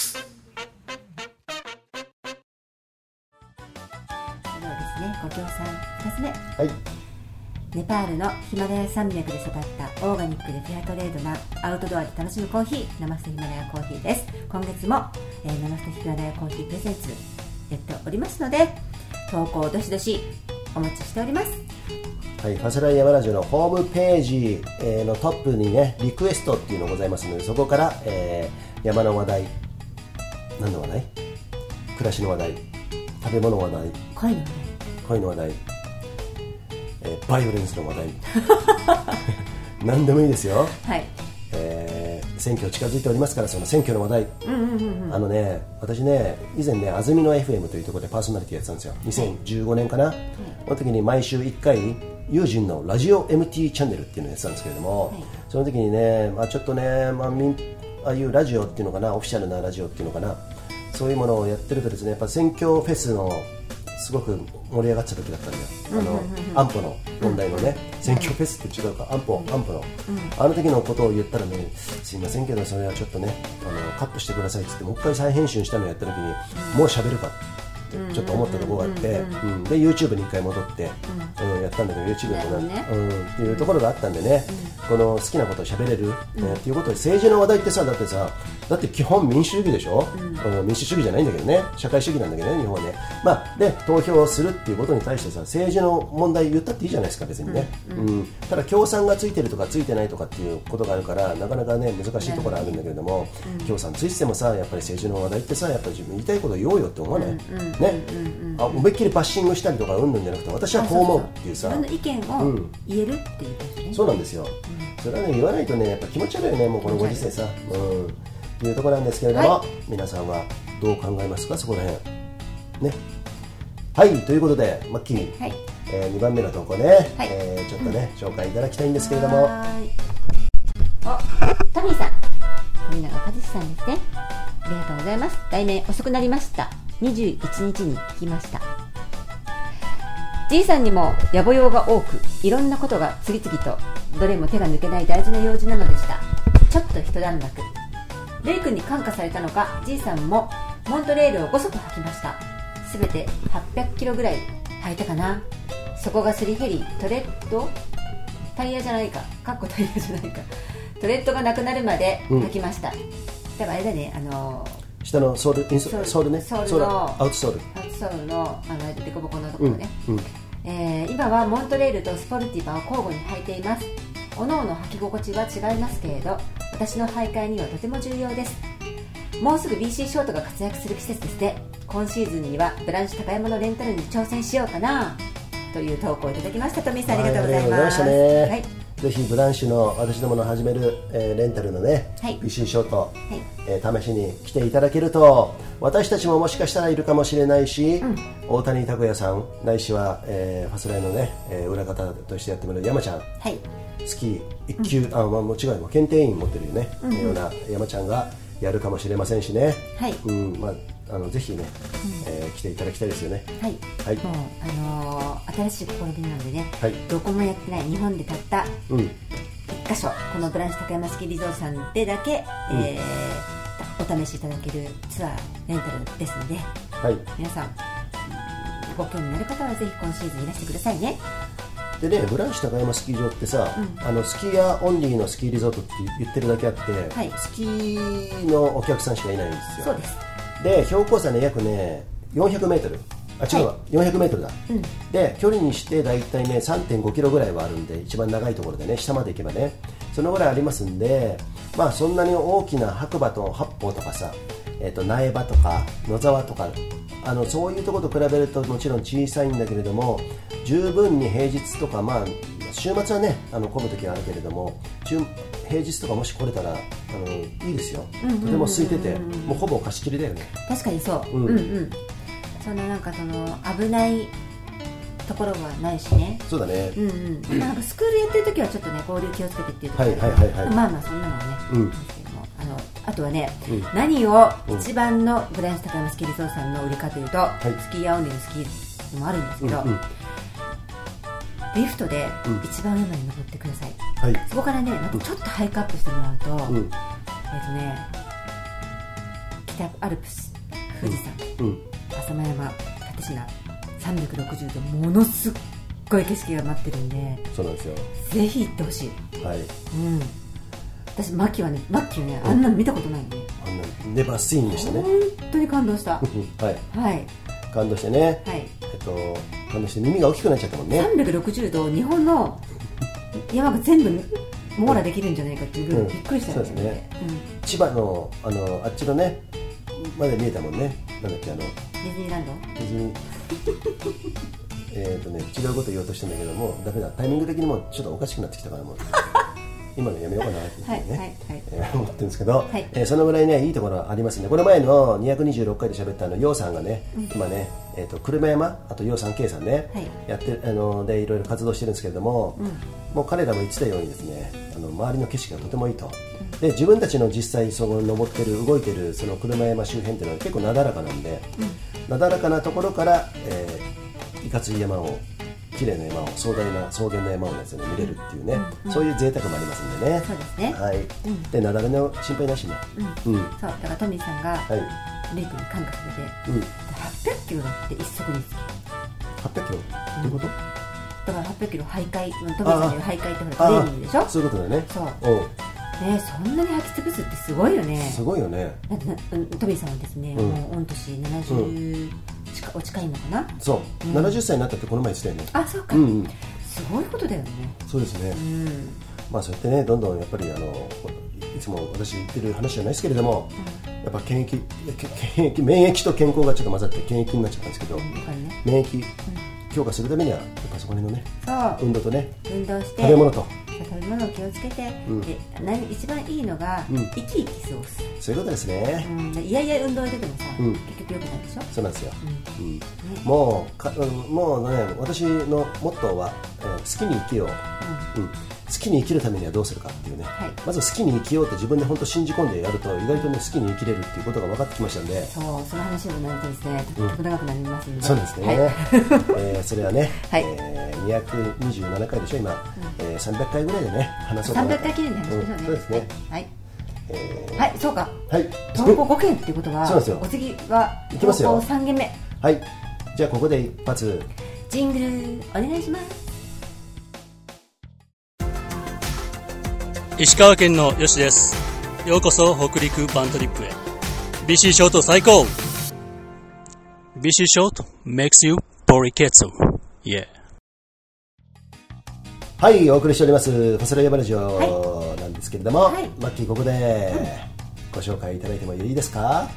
ご協賛2つ目、ネパールのヒマラヤ山脈で育ったオーガニックでフェアトレードなアウトドアで楽しむコーヒー、ナマステヒマラヤコーヒーです。今月も、ナマステヒマラヤコーヒープレゼンツやっておりますので、投稿どしどしお待ちしております。 ファスライヤマラジオのホームページのトップにねリクエストっていうのがございますので、そこから、山の話題、何の話題、暮らしの話題、食べ物の話題、恋の話題、バイオレンスの話題何でもいいですよ。選挙近づいておりますから、その選挙の話題、私ね以前ね安曇野 FM というところでパーソナリティやってたんですよ。2015年かな、その時に毎週1回友人のラジオ MT チャンネルっていうのをやってたんですけれども、その時にね、ちょっとね、ああいうラジオっていうのかな、オフィシャルなラジオっていうのかな、そういうものをやってるとですね、やっぱ選挙フェスのすごく盛り上がってた時だったんだよ。安保の問題のね、選挙フェスって違うか、安保の、あの時のことを言ったらね、すいませんけどそれはちょっとねカットしてくださいって言って、もう一回再編集したのをやった時に、もう喋るかってちょっと思ったところがあって、で YouTube に一回戻って、やったんだけど YouTube とっていうところがあったんでね、この好きなことを喋れる、っていうことで、政治の話題ってさ、だって基本民主主義でしょ、民主主義じゃないんだけどね、社会主義なんだけどね、日本はね。で投票をするっていうことに対してさ、政治の問題言ったっていいじゃないですか、別にね。ただ共産がついてるとかついてないとかっていうことがあるから、なかなかね難しいところあるんだけれども、共産ついててもさ、やっぱり政治の話題ってさ、やっぱり自分言いたいこと言おうよって思わない？思いっきりバッシングしたりとかうんぬんじゃなくて、私はこう思うっていうさ、 自分の意見を言えるっていうことね。 そうなんですよ。それはね言わないとね、やっぱ気持ち悪いよね、もうこのご時世さ。っていうところなんですけれども、皆さんはどう考えますか、そこら辺ね。ということでマッキー、2番目の投稿ね、ちょっとね紹介いただきたいんですけれども、 トミーさん、富永和志さんですね。ありがとうございます。題名、遅くなりました。21日に聞きました。じいさんにも野暮用が多く、いろんなことが次々と、どれも手が抜けない大事な用事なのでした。ちょっと一段落。レイ君に感化されたのか、じいさんもモントレールを5足履きました。すべて800キロぐらい履いたかな。 底がすり減りトレッドタイヤじゃないかタイヤじゃないかトレッドがなくなるまで履きました、だからあれだね、 下のソールね、 ソールのアウトソールのデコボコのところね、今はモントレールとスポルティバを交互に履いています。おのおの履き心地は違いますけれど、私の徘徊にはとても重要です。もうすぐ BC ショートが活躍する季節ですね。今シーズンにはブランシュ高山のレンタルに挑戦しようかなという投稿をいただきました。トミーさん、ありがとうございます。 はい、ぜひブランシュの私どもの始める、レンタルのね、 はい、 BC ショート、試しに来ていただけると、私たちももしかしたらいるかもしれないし、大谷拓也さんないしは、ファスライのね、裏方としてやってもらう山ちゃん、スキー1級、もう違う、検定員持ってるよね、ような山ちゃんがやるかもしれませんしね、ぜひね、来ていただきたいですよね。 もう新しい試みなのでね、どこもやってない日本でたった1箇所、このブランシュ高山スキーリゾートさんでだけ、お試しいただけるツアーレンタルですので、皆さんご興味のある方はぜひ今シーズンいらしてくださいね。 でね、ブランシュ高山スキー場ってさ、スキーヤーオンリーのスキーリゾートって言ってるだけあって、スキーのお客さんしかいないんですよ。 そうです。 で、標高差ね、約ね400メートル、違うわ、400メートルだ、で距離にしてだいたいね 3.5 キロぐらいはあるんで、一番長いところでね、下まで行けばねそのぐらいありますんで、そんなに大きな白馬と八方とかさ、苗場とか野沢とかそういうところと比べるともちろん小さいんだけれども、十分に平日とか、週末はね混む時はあるけれども、平日とかもし来れたらいいですよ、とても空いてて、もうほぼ貸し切りだよね。 確かにそう、そんななんか危ないところはないしね。 そうだね、 なんかスクールやってる時はちょっとね、合流気をつけてっていうところ、そんなのはね、あとはね、何を一番のブランシュ高山スキーリゾートさんの売りかというと、スキーヤーオンリーのスキーもあるんですけど、リフトで一番上まで登ってください、そこからね、またちょっとハイクアップしてもらうと、北アルプス、富士山、浅間山、蓼科360度ものすっごい景色が待ってるんで、 そうなんですよ、ぜひ行ってほしい。私マッキーはね、あんなの見たことないんで、 ネバーシーンでしたね。 本当に感動した感動してね、感動して耳が大きくなっちゃったもんね。 360度日本の山が全部網羅できるんじゃないかっていうぐらいびっくりしたよね。そうですね、 千葉のあっちのねまで見えたもんね。なんだっけ、 ディズニーランド、 違うこと言おうとしたんだけども、ダメだ、タイミング的にもちょっとおかしくなってきたから、もう今のやめようかなってね、思ってるんですけど、そのぐらいねいいところありますね。この前の226回で喋った楊さんがね、今ね、車山、あと楊さん K さんね、やってでいろいろ活動してるんですけれども、もう彼らも言ってたようにですね、周りの景色がとてもいいと。で、自分たちの実際登ってる動いてるその車山周辺っていうのは結構なだらかなんで、なだらかなところから、いかつい山を、綺麗な山を、壮大な草原の山をですね見れるっていうね、そういう贅沢もありますんでね。 そうですね。 で、なだれの心配なしね。 そうだからトミーさんがメイクに感化されて、800キロだって一足につき。 800キロ？どういうこと？ だから800キロ徘徊、トミーさんの徘徊ってトレーニングでしょ。 そういうことだね。 そう。そんなに履き尽くすってすごいよね。 すごいよね。 トミーさんはですね、もう御年70お近いのかな。 そう、70歳になったってこの前言ってたよね。 あ、そうか、すごいことだよね。 そうですね、そうやってね、どんどんやっぱりいつも私言ってる話じゃないですけれども、やっぱ免疫と健康がちょっと混ざって検疫になっちゃったんですけど、免疫強化するためにはやっぱそこにのね、運動とね、 運動して食べ物と食べ物を気をつけて、で一番いいのが生き生き過ごす。 そういうことですね。 いやいや運動しててもさ、結局良くないでしょ。そうなんですよ。 もうね、私のモットーは好きに生きよう。好きに生きるためにはどうするかっていうね、まず好きに生きようって自分で本当信じ込んでやると意外とね好きに生きれるっていうことが分かってきましたんで、 その話になるとですね、とても長くなりますので、 そうですね、それはね、227回でしょ今、300回ぐらいでね話そうかな。 300回記念で話しましょうね。 そうですね。 はい、そうか。投稿5件っていうことは、お次は投稿3件目。 はい、じゃあここで一発。 ジングルお願いします。 石川県のよしです。ようこそ北陸バントリップへ。 BC ショート最高。 BC ショート makes you ポリケツ。 Yeah。 はい、お送りしておりますファスライヤマラジオなんですけれども、はい、マッキーここでご紹介いただいてもいいですか？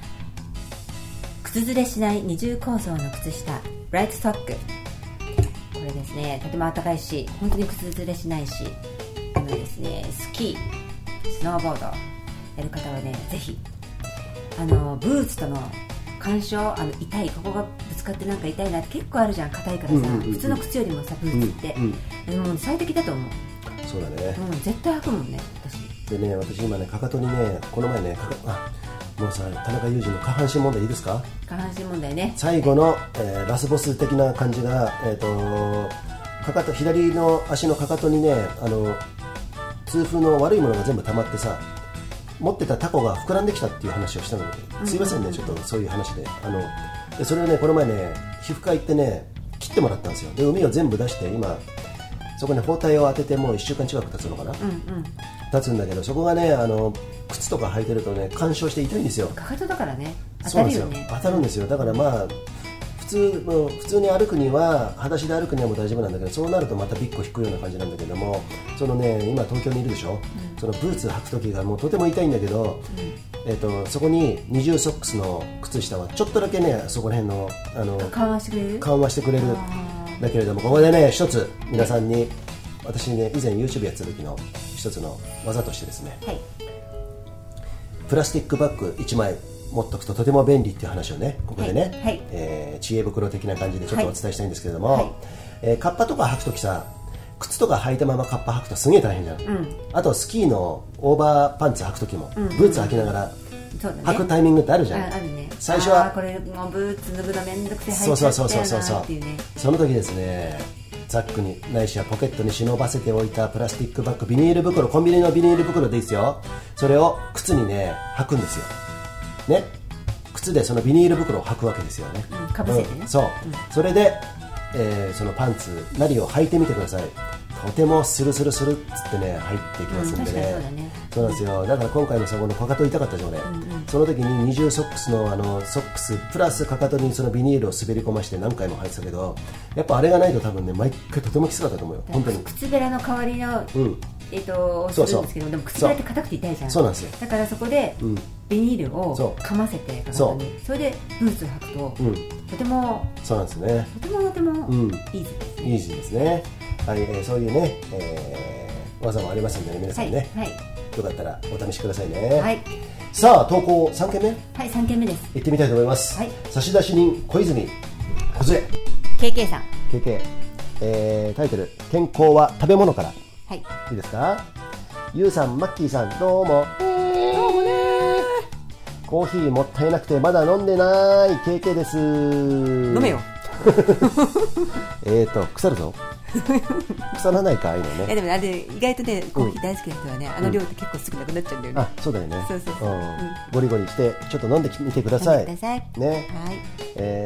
靴ずれしない二重構造の靴下ライトソック。これですね、とても暖かいし本当に靴ずれしないし、ですね、スキースノーボードやる方はね、ぜひブーツとの干渉、痛い、ここがぶつかってなんか痛いなって結構あるじゃん、硬いからさ、普通の靴よりもさブーツって、もう最適だと思う。 そうだね、 絶対履くもんね、私でね。私今ね、かかとにね、この前ね、もうさ、田中裕二の下半身問題いいですか？ 下半身問題ね、 最後の、ラスボス的な感じが、かかと、左の足のかかとにね、痛風の悪いものが全部溜まってさ、持ってたタコが膨らんできたっていう話をしたので、すいませんね、ちょっとそういう話で、でそれをね、この前ね、皮膚科行ってね、切ってもらったんですよ。で、海を全部出して、今そこに包帯を当ててもう1週間近く経つのかな、経つんだけど、そこがね、靴とか履いてるとね、干渉して痛いんですよ。 かかとだからね、当たるよね。 当たるんですよ。だからまあ普通に歩くには、裸足で歩くにはもう大丈夫なんだけど、そうなるとまたビッコ引くような感じなんだけども、そのね、今東京にいるでしょ、そのブーツ履く時がもうとても痛いんだけど、そこに二重ソックスの靴下はちょっとだけね、そこら辺の緩和してくれるだけれども、ここでね、一つ皆さんに、私ね、以前 YouTube やってた時の一つの技としてですね、はい、プラスチックバッグ1枚持っとくととても便利っていう話をね、ここでね、はい、知恵袋的な感じでちょっとお伝えしたいんですけれども、カッパとか履くときさ、靴とか履いたままカッパ履くとすげえ大変じゃん、あとスキーのオーバーパンツ履くときも、ブーツ履きながら履くタイミングってあるじゃん。 あるね。 最初はこれもうブーツ脱ぐのめんどくせえ、 そうその時ですね、ザックにないしはポケットに忍ばせておいたプラスチックバッグ、ビニール袋、コンビニのビニール袋でいいですよ。それを靴にね、履くんですよね。靴でそのビニール袋を履くわけですよね、 かぶせてね、 そう、それで、そのパンツなりを履いてみてください。とてもスルスルスルっつってね、入っていきますんでね、そうなんですよ。だから今回のそこのかかと痛かったじゃん俺、その時に二重ソックスのソックスプラスかかとにそのビニールを滑り込まして何回も履いてたけど、やっぱあれがないと多分ね、毎回とてもきつかったと思うよ、本当に。 靴べらの代わりの、するんですけど、でも靴べらって硬くて痛いじゃん。 そうなんですよ。 だからそこでビニールをかませてかかとに、それでブーツを履くと、とても、 そうなんですね、 とてもイージーですね。 イージーですね。はい、そういうね、技もありますので、皆さんね、よかったらお試しくださいね。はい、さあ、投稿3件目、 はい、3件目です。 行ってみたいと思います。はい、差出人小泉梢 KK さん、 KK、タイトル、健康は食べ物から。はい、いいですか。ゆうさん、マッキーさん、どうも。どうもね。コーヒーもったいなくてまだ飲んでない KK です。 飲めよ。 腐るぞ。腐らないか、ああいうのね。 いやでもあれ意外とね、コーヒー大好きな人はね、量って結構すぐなくなっちゃうんだよね。 あ、そうだよね。ゴリゴリしてちょっと飲んでみてください。ね。はい。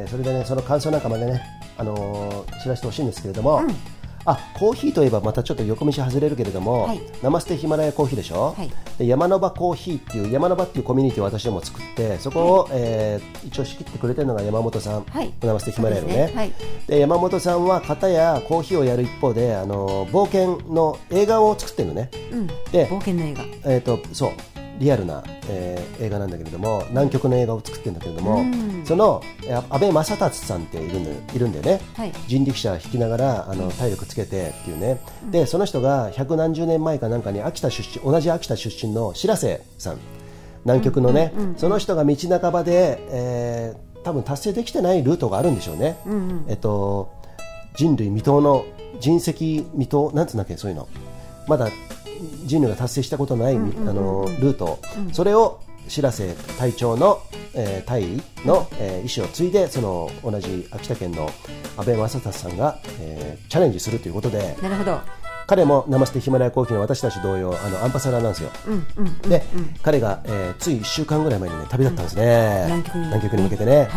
それでね、その感想なんかまでね、知らせてほしいんですけれども。コーヒーといえばまたちょっと横道外れるけれども、ナマステヒマラヤコーヒーでしょ、で山の場コーヒーっていう山の場っていうコミュニティを私ども作って、そこを、一応仕切ってくれてるのが山本さん、ナマステヒマラヤのね。で山本さんは片やコーヒーをやる一方で冒険の映画を作ってるのね、 で冒険の映画、そうリアルな、映画なんだけれども、南極の映画を作ってるんだけれども、その安倍正達さんっているんだよね、人力車引きながら体力つけてっていうね、でその人が百何十年前かなんかに同じ秋田出身の白瀬さん、南極のね、その人が道半ばで、多分達成できてないルートがあるんでしょうね、人類未踏の人石未踏なんつうんだっけ、そういうのまだ人類が達成したことのない、ルート、それを白瀬隊長の、隊員の、意思を継いで、その同じ秋田県の安倍正達さんが、チャレンジするということで。 なるほど。 彼もナマステヒマラヤコーヒーの私たち同様アンバサダーなんですよ。で、彼が、つい1週間ぐらい前にね、旅立ったんですね、南極に向けてね。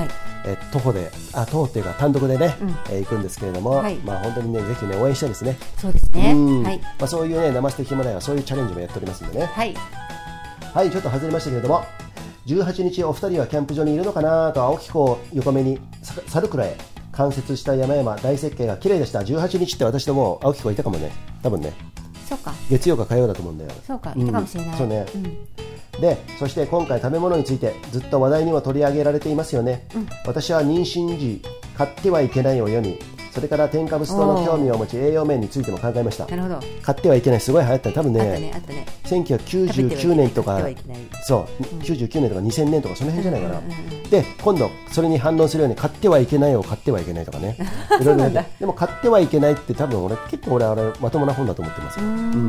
徒歩っていうか単独でね、行くんですけれども、本当にねぜひね応援したいですね。 そうですね。 そういうねナマステヒマラヤはそういうチャレンジもやっておりますんでね。はい、ちょっと外れましたけれども、18日お二人はキャンプ場にいるのかなと青木湖を横目に猿倉へ冠雪した山々大雪景が綺麗でした。18日って私とも青木湖いたかもね、多分ね。 そうか。 月曜か火曜だと思うんだよ。 そうか、いたかもしれない。 そうね。で、そして今回食べ物についてずっと話題にも取り上げられていますよね。私は妊娠時買ってはいけないを読み、それから添加物等の興味を持ち栄養面についても考えました。 なるほど。 買ってはいけないすごい流行ったね。多分ね、 あったね。 1999年とかそう99年とか2000年とかその辺じゃないかな。で今度それに反応するように買ってはいけないを買ってはいけないとかね。いろいろね。でも買ってはいけないって多分結構俺あれまともな本だと思ってますよ。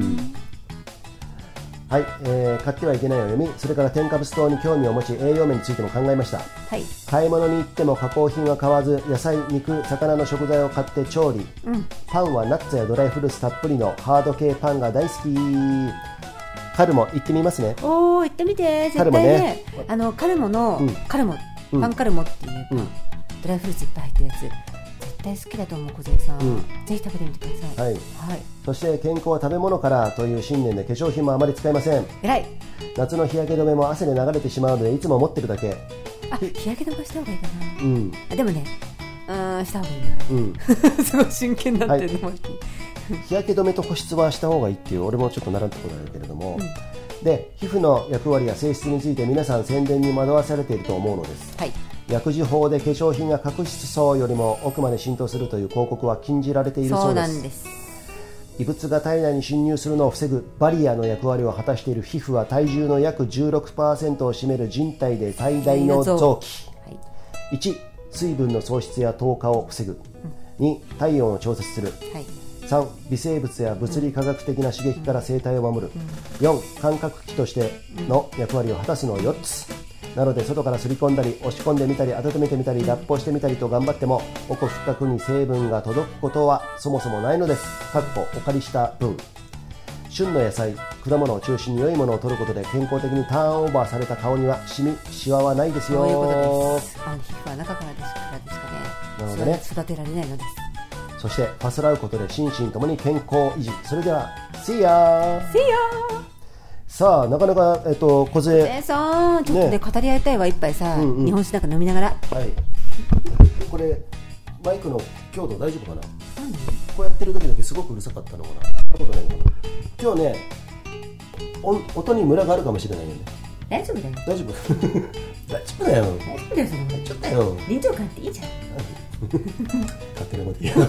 はい、買ってはいけないを読み、それから添加物等に興味を持ち栄養面についても考えました。買い物に行っても加工品は買わず、野菜、肉、魚の食材を買って調理、パンはナッツやドライフルーツたっぷりのハード系パンが大好き。カルモ行ってみますね。 行ってみて。絶対ね、カルモの、カルモパンカルモっていうパン、ドライフルーツいっぱい入ってるやつ大好きだと思う。小杉さん、ぜひ食べてみてください。そして健康は食べ物からという信念で化粧品もあまり使いません。偉い。夏の日焼け止めも汗で流れてしまうのでいつも持ってるだけ。 日焼け止めした方がいいかな。でもね、した方がいいな。すごい真剣になってるの。 日焼け止めと保湿はした方がいいっていう俺もちょっと習ったことあるけれども、で皮膚の役割や性質について皆さん宣伝に惑わされていると思うのです。薬事法で化粧品が角質層よりも奥まで浸透するという広告は禁じられているそうです。異物が体内に侵入するのを防ぐバリアの役割を果たしている皮膚は体重の約 16% を占める人体で最大の臓器。1、水分の喪失や透過を防ぐ。2、体温を調節する。3、微生物や物理化学的な刺激から生体を守る。4、感覚器としての役割を果たすのを4つ。なので外からすり込んだり押し込んでみたり温めてみたりラップをしてみたりと頑張っても奥深くに成分が届くことはそもそもないのです。お借りした分。旬の野菜果物を中心に良いものを取ることで健康的にターンオーバーされた顔にはシミシワはないですよ。 そういうことです。皮膚は中からですからですかね。 なのでね、 育てられないのです。 そしてファスラうことで心身ともに健康維持。それでは See ya。さあなかなか小杖さんちょっとね語り合いたいわ。一杯さ、日本酒なんか飲みながら。 これマイクの強度大丈夫かな。こうやってる時だけすごくうるさかったのかな。そんなことないのかな。今日ね音にムラがあるかもしれないよね。 大丈夫だよ。 大丈夫大丈夫だよ。 大丈夫だよ。 大丈夫だよ。 臨場感っていいじゃん。 勝手なこと言う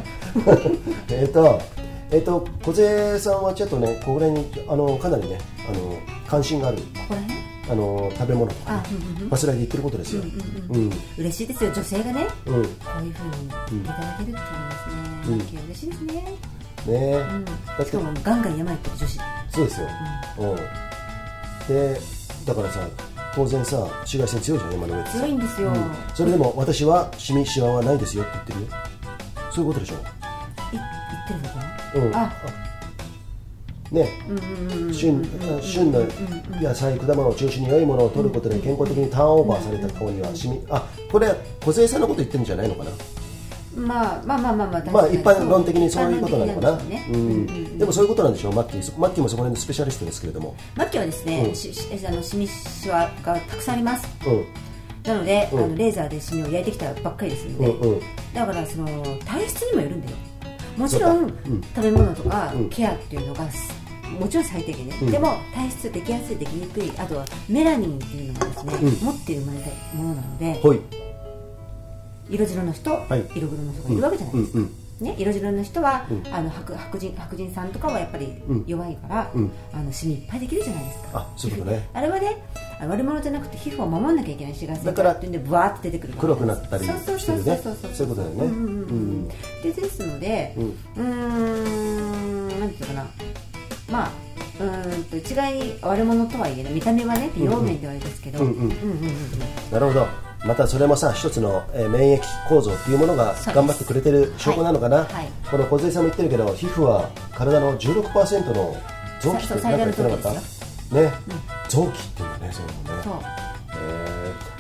小瀬さんはちょっとねこれにかなりね関心がある。 ここら辺食べ物とかねファスライで言ってることですよ。 嬉しいですよ。女性がねこういうふうに言っていただけるっていうのですね。嬉しいですね。しかもガンガン山行ってる女子。 そうですよ。でだからさ当然さ紫外線強いじゃん。山の上って強いんですよ。 それでも私はシミシワはないですよって言ってるよ。そういうことでしょ。 言ってるのかな。 ね、旬の野菜果物を中心に良いものを取ることで健康的にターンオーバーされた顔にはシミ。これ小杉さんのこと言ってるんじゃないのかな。 まあ一般論的にそういうことなのかな。でもそういうことなんでしょう。マッキーもそこら辺のスペシャリストですけれども。 マッキーはですね、シミシワがたくさんあります。なのでレーザーでシミを焼いてきたばっかりですので、だからその体質にもよるんだよ。もちろん食べ物とかケアっていうのがもちろん最低限ね、でも体質できやすいできにくい、あとはメラニンっていうのがですね、持っているものなので、色白の人、色黒の人がいるわけじゃないですか。色白の人は白人さんとかはやっぱり弱いからシミいっぱいできるじゃないですか。 そういうことね。 あれはね悪者じゃなくて皮膚を守んなきゃいけない紫外線からっていうんでブワーって出てくる黒くなったりしてるね。そういうことだよね。 ですのでなんていうかな、一概に悪者とはいえない見た目はね美容面ではあれですけど。 なるほど。またそれもさ一つの免疫構造っていうものが頑張ってくれてる証拠なのかな。この小杉さんも言ってるけど皮膚は体の 16% の臓器って何か言ってなかったね。臓器っていうのね。そういうのね。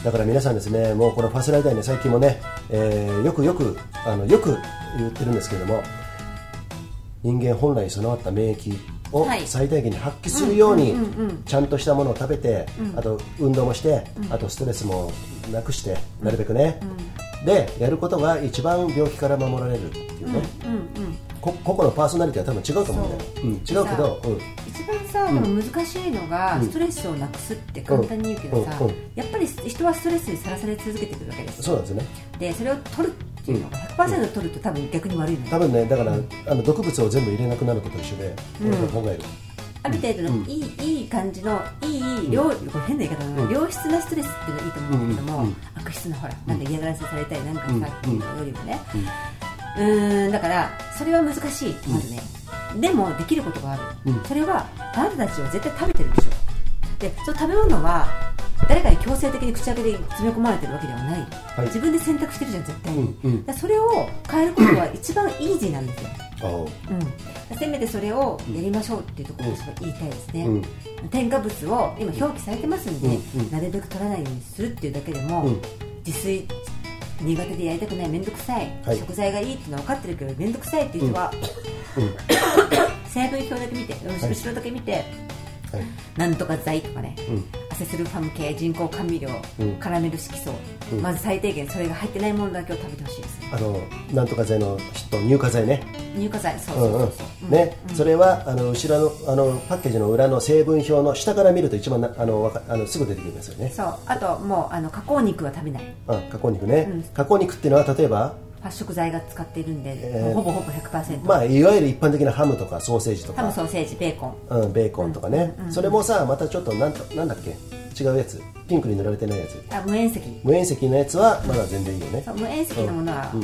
だから皆さんですね、もうこのファスライダーね、最近もね、よく言ってるんですけれども、人間本来備わった免疫を最大限に発揮するようにちゃんとしたものを食べて、あと運動もして、あとストレスもなくしてなるべくね、でやることが一番病気から守られるっていうね、個々のパーソナリティは多分違うと思うんだよ、違うけど、 一番さ、でも難しいのが、ストレスをなくすって簡単に言うけどさ、やっぱり人はストレスにさらされ続けてくるわけですよ。 そうなんですよね。 でそれを取るっていうのが 100% 取ると多分逆に悪いのよ。 多分ね、だから毒物を全部入れなくなるのと一緒で、俺が考える。 ある程度のいい感じのいい量、これ変な言い方なの、良質なストレスっていうのはいいと思うんだけども、悪質なほらなんか嫌がらせされたりなんかさっていうのよりもね、だからそれは難しい、まずね。でもできることがある、それはあなたたちは絶対食べてるでしょ。でその食べ物は誰かに強制的に口開けで詰め込まれてるわけではない、自分で選択してるじゃん絶対に、だそれを変えることは一番イージーなんですよ。せめてそれをやりましょうっていうところを言いたいですね、添加物を今表記されてますんで、なるべく取らないようにするっていうだけでも、自炊苦手でやりたくない、めんどくさい、食材がいいっていうのは分かってるけどめんどくさいっていう人は、成分表だけ見て、後ろだけ見て、なんとか剤とかね、アセスルファム系、人工甘味料、カラメル色素、まず最低限それが入ってないものだけを食べてほしいです。 なんとか剤の乳化剤ね。 乳化剤、そうね、それは後ろのパッケージの裏の成分表の下から見ると一番すぐ出てくるんですよね。 そう、あともう加工肉は食べない。 加工肉ね、加工肉っていうのは例えば発色剤が使っているんで、ほぼ 100%、 まあ、いわゆる一般的なハムとかソーセージとか、 ハム、ソーセージ、ベーコン、 ベーコンとかね、それもさ、またちょっとなんだっけ、違うやつ、ピンクに塗られてないやつ、 無塩石のやつはまだ全然いいよね。 無塩石のものは、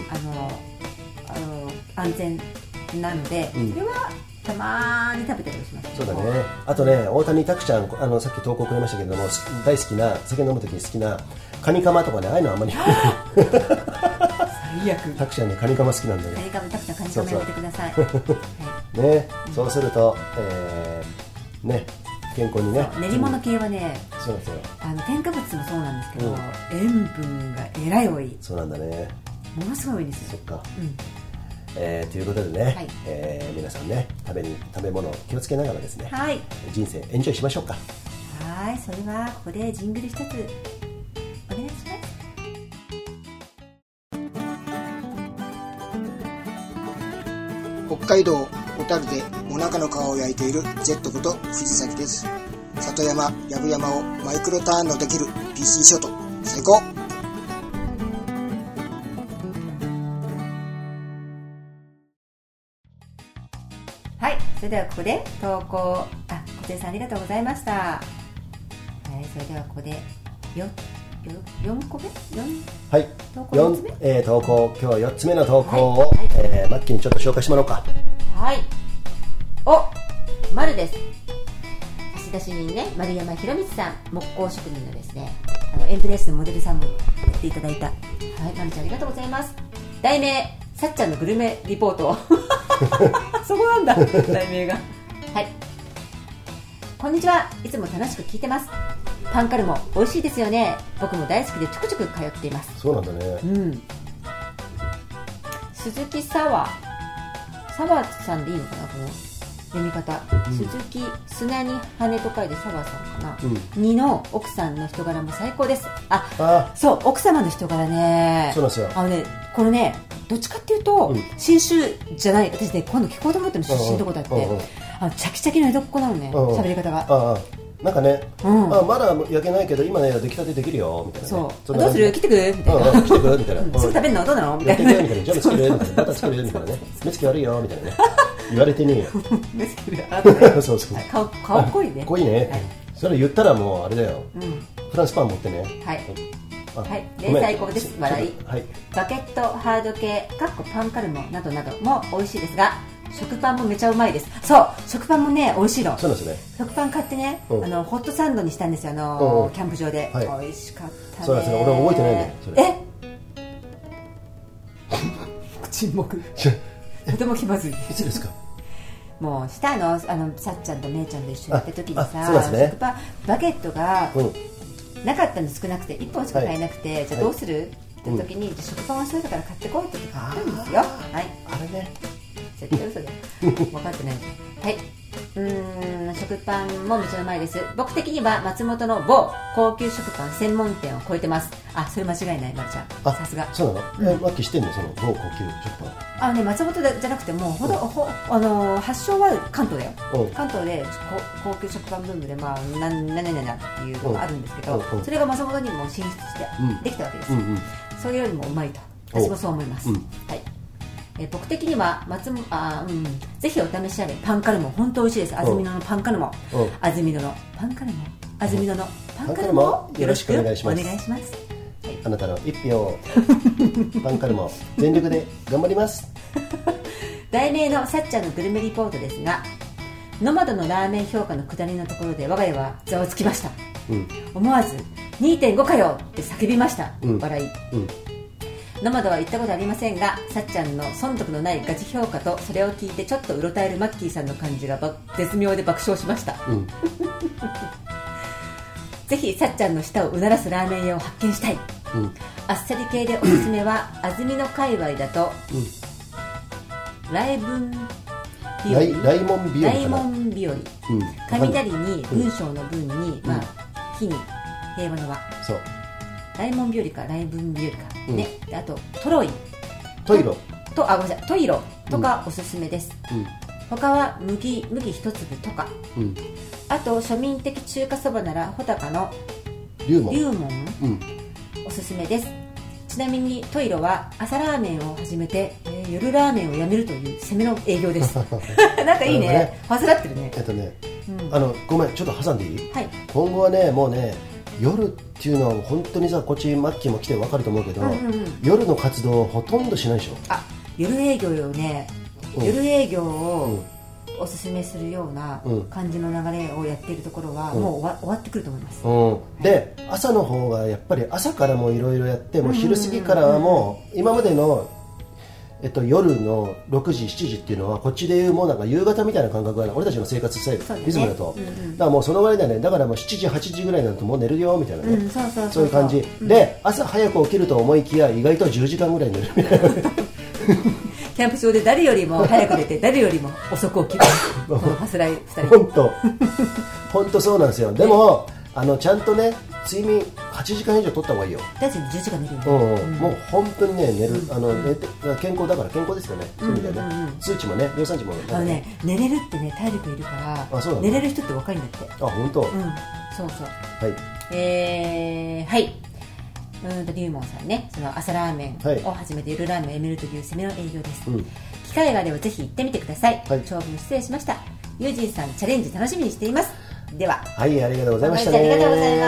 安全なので、それはたまに食べたりします。 そうだね。あとね、大谷拓ちゃん、さっき投稿くれましたけれども、大好きな、酒飲むときに好きなカニカマとかね、ああいうのあんまり最悪。 拓ちゃんね、カニカマ好きなんでね。 拓ちゃんカニカマやってください。 ね、そうするとね、健康にね。 練り物系はね、 そうなんですよ。 添加物もそうなんですけど、塩分がえらい多い。 そうなんだね。 ものすごい多いですよ。 そっか。ということでね、皆さんね、食べ物を気をつけながらですね、人生エンジョイしましょうか。 はい、それはここでジングル一つお願いします。 北海道小樽でもなかの皮を焼いている Z こと藤崎です。里山、藪山をマイクロターンのできる PC ショート、最高。 はい、それではここで投稿、小手さんありがとうございました。はい、それではここで4個目はい、 投稿4つ目、 投稿、今日は4つ目の投稿を、マッキーにちょっと紹介してもらおうか。 はい、丸です。差出人にね、丸山博光さん、木工職人のですね、エンプレスのモデルさんもやっていただいた。はい、丸ちゃんありがとうございます。題名、さっちゃんのグルメリポート。そこなんだ、題名が。はい、こんにちは、いつも楽しく聞いてます。パンカルも美味しいですよね。僕も大好きでちょくちょく通っています。 そうなんだね。 鈴木沢さんでいいのかな、この読み方。鈴木、砂に羽と書いて沢さんかな。2の奥さんの人柄も最高です。そう、奥様の人柄ね。 そうなんですよ。 このね、どっちかっていうと、信州じゃない、私ね、今度聞こうと思ってるの、出身どこだって。チャキチャキの江戸っ子なのね、喋り方が。 なんかね、まだ焼けないけど今ね出来たてできるよみたいな、 そうどうする、切ってくみたいな、 切ってくみたいな、 すぐ食べるのどうなのみたいな、 ジャム作るみたいな、バター作るみたいなね、目つき悪いよみたいなね、言われてねえよ。 目つき悪い、 そうそう、 顔濃いね、 濃いね。それ言ったらもうあれだよ、フランスパン持ってね。 はい、最高です。笑い。バケットハード系パンカルモなどなども美味しいですが、食パンもめちゃうまいです。そう、食パンもね美味しいの。 そうですね。 食パン買ってね、ホットサンドにしたんですよ、キャンプ場で。美味しかったね。 そうですね、俺は覚えてないね。 沈黙。とても気まずい。 いつですか。 もうしたさっちゃんとめいちゃんと一緒にやった時にさ、 食パンバケットがなかったの少なくて1本しか買えなくて、じゃあどうするって時に、食パン忘れたから買ってこいって言って買ったんですよ。はい、 あれね、 絶対嘘で分かってない。はい、食パンもめちゃうまいです。僕的には松本の某高級食パン専門店を超えてます。あ、それ間違いない、まるちゃん、さすが。 そうなの？マッキー知ってんの、その某高級食パン。 ね、松本じゃなくても発祥は関東だよ。関東で高級食パンブームで何々っていうのがあるんですけど、それが松本にも進出してできたわけです。それよりもうまいと私もそう思います。はい、僕的にはぜひお試しあれ。パンカルモ本当美味しいです。安曇野のパンカルモ、安曇野のパンカルモ、安曇野のパンカルモよろしくお願いします。 あなたの一票パンカルモ全力で頑張ります。 題名のさっちゃんのグルメリポートですが、ノマドのラーメン評価の下りのところで我が家はざわつきました。思わず 2.5 かよって叫びました。笑い。ノマドは行ったことありませんが、さっちゃんの損得のないガチ評価とそれを聞いてちょっとうろたえるマッキーさんの感じが絶妙で爆笑しました。ぜひさっちゃんの舌をうならすラーメン屋を発見したい。あっさり系でおすすめは安曇野界隈だと、ライモン日和、雷に文章の文に、日に平和の和、 そうライモン日和かライブン日和か、ね。であとトイロとかおすすめです。他は麦一粒とか、あと庶民的中華そばなら穂高の龍門、おすすめです。ちなみにトイロは朝ラーメンを始めて、夜ラーメンをやめるという攻めの営業です。なんかいいね、はずらってるね。 ごめん、ちょっと挟んでいい？ はい。 今後はね、もうね、夜っていうのは本当にさ、こっちマッキーも来て分かると思うけど、夜の活動ほとんどしないでしょ。 夜営業よね。夜営業をおすすめするような感じの流れをやっているところはもう終わってくると思います。 で、朝の方がやっぱり朝からもいろいろやって、もう昼過ぎからはもう今までの夜の6時7時っていうのはこっちでいうもうなんか夕方みたいな感覚が俺たちの生活スタイル、リズムだと、だからもうそのぐらいだね。だからもう7時8時ぐらいになるともう寝るよみたいなね、そういう感じで、朝早く起きると思いきや意外と10時間ぐらい寝るみたいなキャンプ場で誰よりも早く寝て誰よりも遅く起きるはすらい2人。 本当そうなんですよ。でもちゃんとね、睡眠8時間以上取った方がいいよ。 大体10時間寝るよ、 もう本当にね、寝る、寝て健康だから健康ですよね。そういう意味でね、数値もね、量産値もね、寝れるってね、体力いるから寝れる人って分かるんだって。 本当。 そうそう。 はい。 はい。リュウモンさんね、その朝ラーメンを始めて夜ラーメンをやめるという攻めの営業です。機会があればぜひ行ってみてください。長文失礼しました。ユージンさん、チャレンジ楽しみにしています。では、 はい、ありがとうございましたね。 ありがとうございます。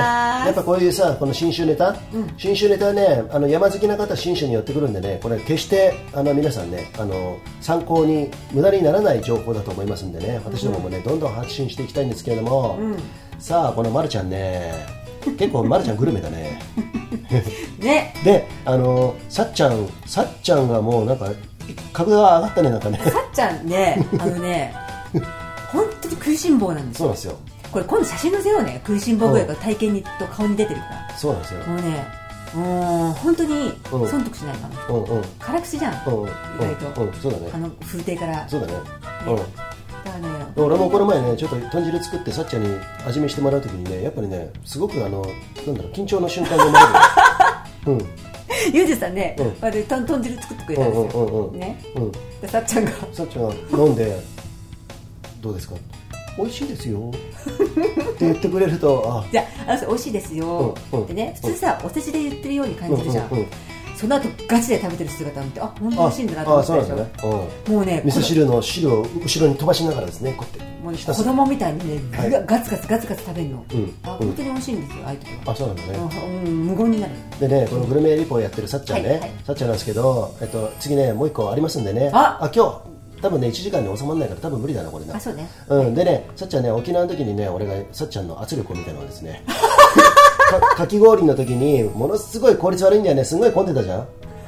やっぱこういうさ、この新種ネタ、新種ネタはね、山好きな方は新種に寄ってくるんでね、これ決して皆さんね、参考に無駄にならない情報だと思いますんでね、私どももね、どんどん発信していきたいんですけれども、さあこのまるちゃんね、結構まるちゃんグルメだね。 ね。 で、さっちゃんがもうなんか格が上がったね、なんかね。 さっちゃんね、本当に食いしん坊なんですよ。 そうなんですよ。 これ今度写真載せようね。食いしん坊ぐらいが体型にと顔に出てるから。 そうなんですよ。 もうね、本当に損得しないかな。辛口じゃん。意外と。 そうだね。 風景から。 そうだね。 だからね。 俺もこの前ね、ちょっと豚汁作ってさっちゃんに味見してもらうときにね、やっぱりね、すごくなんだろう、緊張の瞬間が生まれる。 ユージさんね、豚汁作ってくれたんですよ。ね。でさっちゃんが飲んでどうですか。美味しいですよって言ってくれると、 じゃあ美味しいですよってね、普通さお世辞で言ってるように感じるじゃん。その後ガチで食べてる姿を見て、本当に美味しいんだなと思ったでしょ。もうね、 味噌汁の汁を後ろに飛ばしながらですね、こうやってもう子供みたいにね、ガツガツ食べるの。本当に美味しいんですよ、ああいう時は。 そうなんだね。 無言になる。 でね、このグルメリポをやってるさっちゃんね、さっちゃんなんですけど、次ね、もう一個ありますんでね。今日多分ね、1時間に収まらないから多分無理だな、これな。 そうね。 でね、さっちゃんね、沖縄の時にね、俺がさっちゃんの圧力を見たのはですね、かき氷の時にものすごい効率悪いんだよね。すごい混んでたじゃん。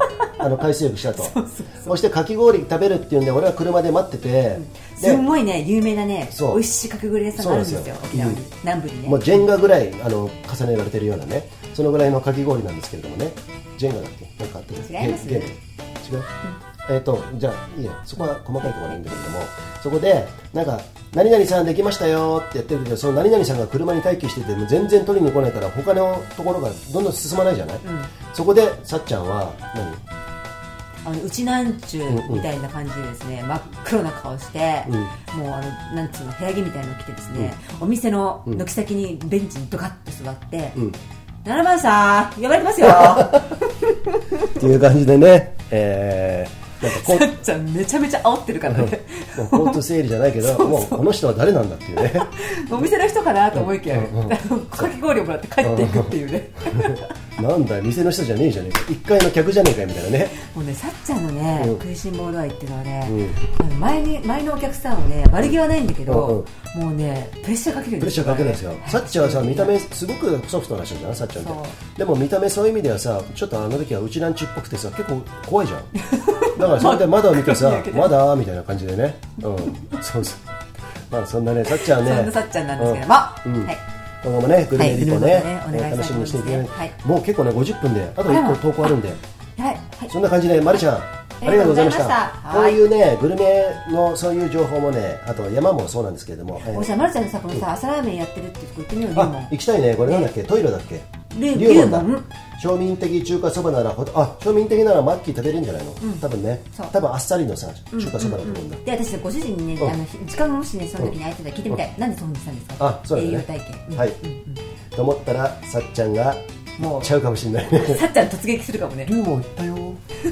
海水浴したと。そしてかき氷食べるっていうんで俺は車で待ってて、 すごいね有名なね美味しいかき氷屋さんがあるんですよ、沖縄に、南部にね。 もうジェンガぐらい重ねられてるようなね、そのぐらいのかき氷なんですけれどもね。ジェンガだっけ、なんかあって違いますね。 違う、じゃあいいや、そこは細かいところはいいんだけれども、そこでなんか何々さんできましたよってやってるけど、その何々さんが車に待機してても全然取りに来ないから他のところがどんどん進まないじゃない、そこでさっちゃんはうちなんちゅうみたいな感じでですね、真っ黒な顔して、もうなんつうの部屋着みたいなの着てですね、お店の軒先にベンチにドカッと座って、7番さん呼ばれてますよっていう感じでね、 なんかさっちゃんめちゃめちゃ煽ってるからね、 もう交通整理じゃないけどもうこの人は誰なんだっていうねお店の人かなと思いきや、かき氷をもらって帰っていくっていうねなんだよ店の人じゃねえじゃねえか、1階の客じゃねえかみたいなね。 もうねさっちゃんのね、食いしん坊度合いっていうのはね、前のお客さんをね悪気はないんだけど、もうねプレッシャーかけるんですよ。 プレッシャーかけるんですよ。さっちゃんはさ見た目すごくソフトな人じゃん、さっちゃんって。でも見た目そういう意味ではさ、ちょっとあの時はうちなんちゅっぽくてさ結構怖いじゃんだからそれで窓を見てさまだみたいな感じでね、そうそう、まあそんなねさっちゃんね、 そんなさっちゃんなんですけども、 今後もねグルメリポね、楽しみにしていて、もう結構ね50分であと1個投稿あるんで、そんな感じでまるちゃんありがとうございました。こういうねグルメのそういう情報もね、あと山もそうなんですけれども、 おじゃまるちゃんのさこのさ朝ラーメンやってるってとこ行ってみようよ。 行きたいね。これなんだっけ、トイレだっけ、 龍門だ。 庶民的中華そばなら庶民的ならマッキー食べれるんじゃないの、多分ね、多分あっさりのさ中華そばだと思うんだ。 で私ご主人にね時間がもしねその時に空いてたら聞いてみたい、なんでそうにしたんですか、 そうだね、 栄養体験、 はいと思ったらさっちゃんがもうちゃうかもしれないね。 さっちゃん突撃するかもね。 龍門行ったよ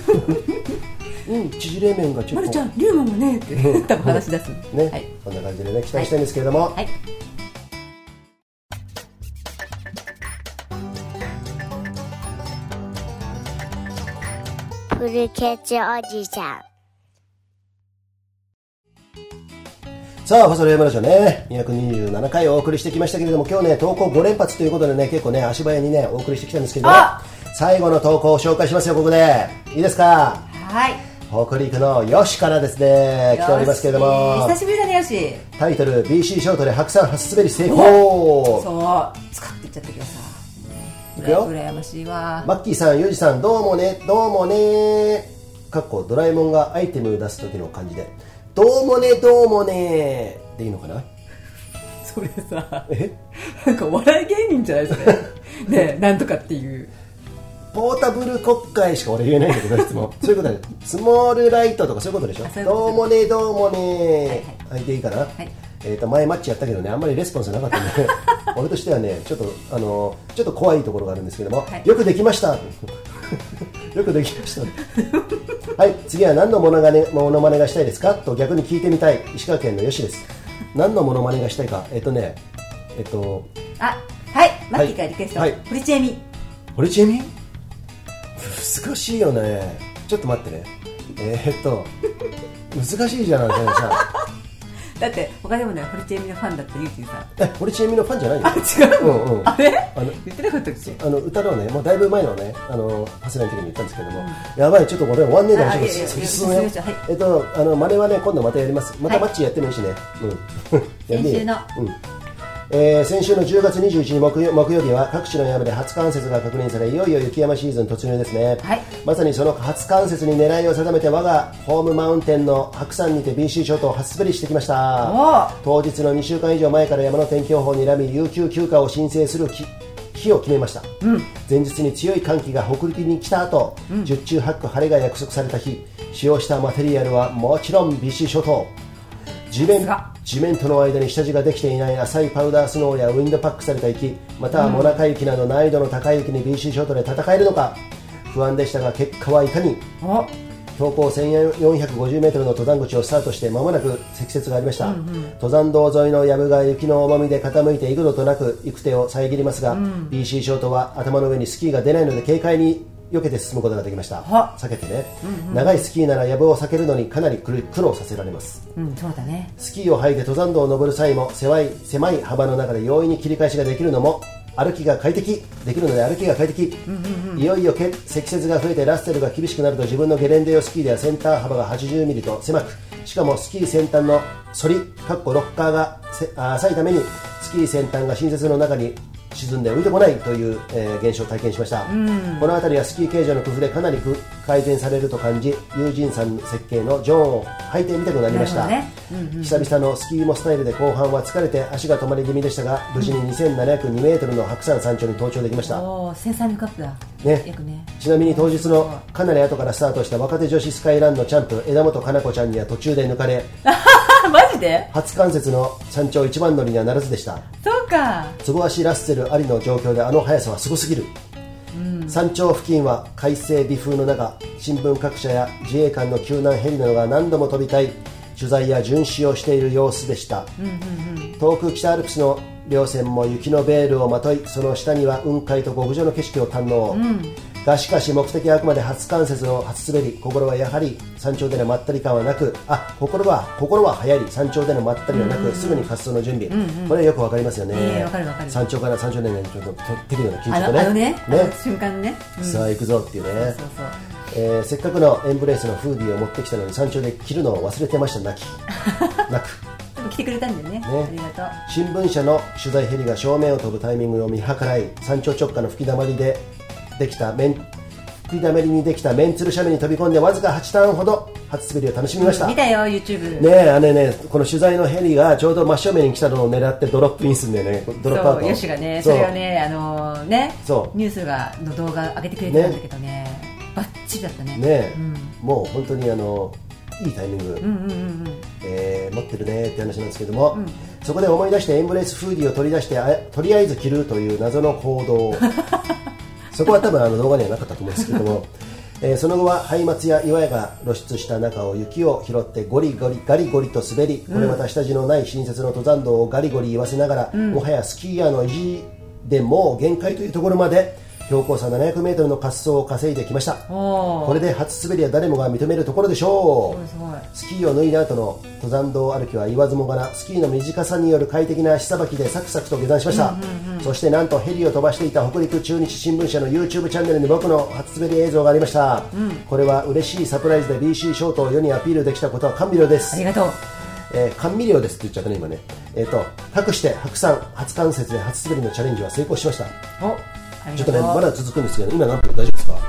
縮れ麺がちょっとまるちゃん龍門もねって多分話し出すね、こんな感じでね期待したいんですけれども、 フルケツおじさん。 さあファソレーマラジオね227回お送りしてきましたけれども、今日ね投稿5連発ということでね結構ね足早にねお送りしてきたんですけど、最後の投稿を紹介しますよ。ここでいいですか。 はい、 北陸のよしからですね来ておりますけれども、 久しぶりだねよし。 タイトル BC ショートで白山初滑り成功。 そう使っていっちゃったけどさ、 いくよ。 羨ましいわ。 マッキーさん、ユージさん、どうもねどうもねかっこドラえもんがアイテム出す時の感じでどうもねどうもねでいいのかな。 それさなんか笑い芸人じゃないそれね、なんとかっていうポータブル国会しか俺言えないんだけどいつもそういうことでスモールライトとかそういうことでしょ。どうもねどうもねはいでいいかな。前マッチやったけどねあんまりレスポンスなかったんで俺としてはねちょっと怖いところがあるんですけども、よくできましたよくできましたはい次は何のモノマネがしたいですかと逆に聞いてみたい石川県のよしです。何のモノマネがしたいかはいマッキーからリクエスト、堀ちえみ。 堀ちえみ難しいよね。ちょっと待ってね難しいじゃんそれさだって他でもね堀ちえみのファンだったゆうちんさん。 堀ちえみのファンじゃないよ。 違う、あれ言ってなかったっけ。 歌のねもうだいぶ前のねパスラの時に言ったんですけども、やばいちょっとこれ終わんねえかもしれないです。真似はね今度またやります。またマッチやってもいいしね。先週の10月21日木曜日は各地の山で初冠雪が確認され、いよいよ雪山シーズン突入ですね。まさにその初冠雪に狙いを定めて我がホームマウンテンの白山にて BC 諸島を初滑りしてきました。当日の2週間以上前から山の天気予報にらみ有給休暇を申請する日を決めました。前日に強い寒気が北陸に来た後、十中八九晴れが約束された日、使用したマテリアルはもちろん BC 諸島。地面との間に下地ができていない浅いパウダースノーやウィンドパックされた雪、またはモナカ雪など難易度の高い雪に BC ショートで戦えるのか不安でしたが、結果はいかに。標高 1450m の登山口をスタートして間もなく積雪がありました。登山道沿いの藪が雪の重みで傾いて幾度となく行く手を遮りますが、BC ショートは頭の上にスキーが出ないので軽快に避けて進むことができました。避けてね、長いスキーなら藪を避けるのにかなり苦労させられます。 そうだね。 スキーを履いて登山道を登る際も狭い幅の中で容易に切り返しができるのも歩きが快適できるので歩きが快適、いよいよ積雪が増えてラッセルが厳しくなると自分のゲレンデ用スキーでは先端幅が80ミリと狭く、しかもスキー先端の反りロッカーが浅いためにスキー先端が新雪の中に沈んで浮いてこないという、現象を体験しました、この辺りはスキー形状の工夫でかなり改善されると感じ、ユージンさん設計のジョーンを履いてみたくなりました、久々のスキーモスタイルで後半は疲れて足が止まり気味でしたが、無事に2702メートルの白山山頂に登頂できました。 1300アップだ、 ね、ちなみに当日のかなり後からスタートした若手女子スカイランのチャンプ枝本かな子ちゃんには途中で抜かれマジで初冠雪の山頂一番乗りにはならずでした。 そうか、 坪足ラッセルありの状況であの速さはすごすぎる、山頂付近は快晴微風の中、新聞各社や自衛官の救難ヘリなどが何度も飛び交い取材や巡視をしている様子でした、遠く北アルプスの稜線も雪のベールをまとい、その下には雲海と極上の景色を堪能、がしかし目的はあくまで初冠雪の初滑り、心はやはり山頂でのまったり感はなく、心は早い山頂でのまったりはなく、すぐに滑走の準備、これはよくわかりますよね、山頂から山頂でねちょっと適度な緊張とね、 瞬間ね、 さあ行くぞっていうね、せっかくのエンブレースのフーディーを持ってきたのに山頂で着るのを忘れてました。泣く来てくれたんで ね、ありがとう。 新聞社の取材ヘリが正面を飛ぶタイミングを見計らい、山頂直下の吹きだまりにできたメンツル斜面に飛び込んでわずか8ターンほど初滑りを楽しみました、 見たよ YouTube ね、この取材のヘリがちょうど真正面に来たのを狙ってドロップインするんだよね。ドロップアウト、 よしがね、それをね、ニュースの動画上げてくれてたんだけどね、バッチリだったね、もう本当にいいタイミング、持ってるねって話なんですけども、そこで思い出してエンブレースフーディーを取り出してとりあえず着るという謎の行動そこは多分動画にはなかったと思うんですけども、その後はハイマツや岩が露出した中を雪を拾ってガリゴリと滑り、これまた下地のない新雪の登山道をガリゴリ言わせながら、もはやスキーヤーの意地でもう限界というところまで標高差700メートルの滑走を稼いできました。これで初滑りは誰もが認めるところでしょう。スキーを脱いだ後の登山道歩きは言わずもがな、スキーの短さによる快適な足さばきでサクサクと下山しました、そしてなんとヘリを飛ばしていた北陸中日新聞社の YouTube チャンネルに僕の初滑り映像がありました、これは嬉しいサプライズで BC ショートを世にアピールできたことは感無量です。 ありがとう。 甘味料ですって言っちゃったね今ね。かくして白山初冠雪で初滑りのチャレンジは成功しました。ちょっとねまだ続くんですけど、今何分大丈夫ですか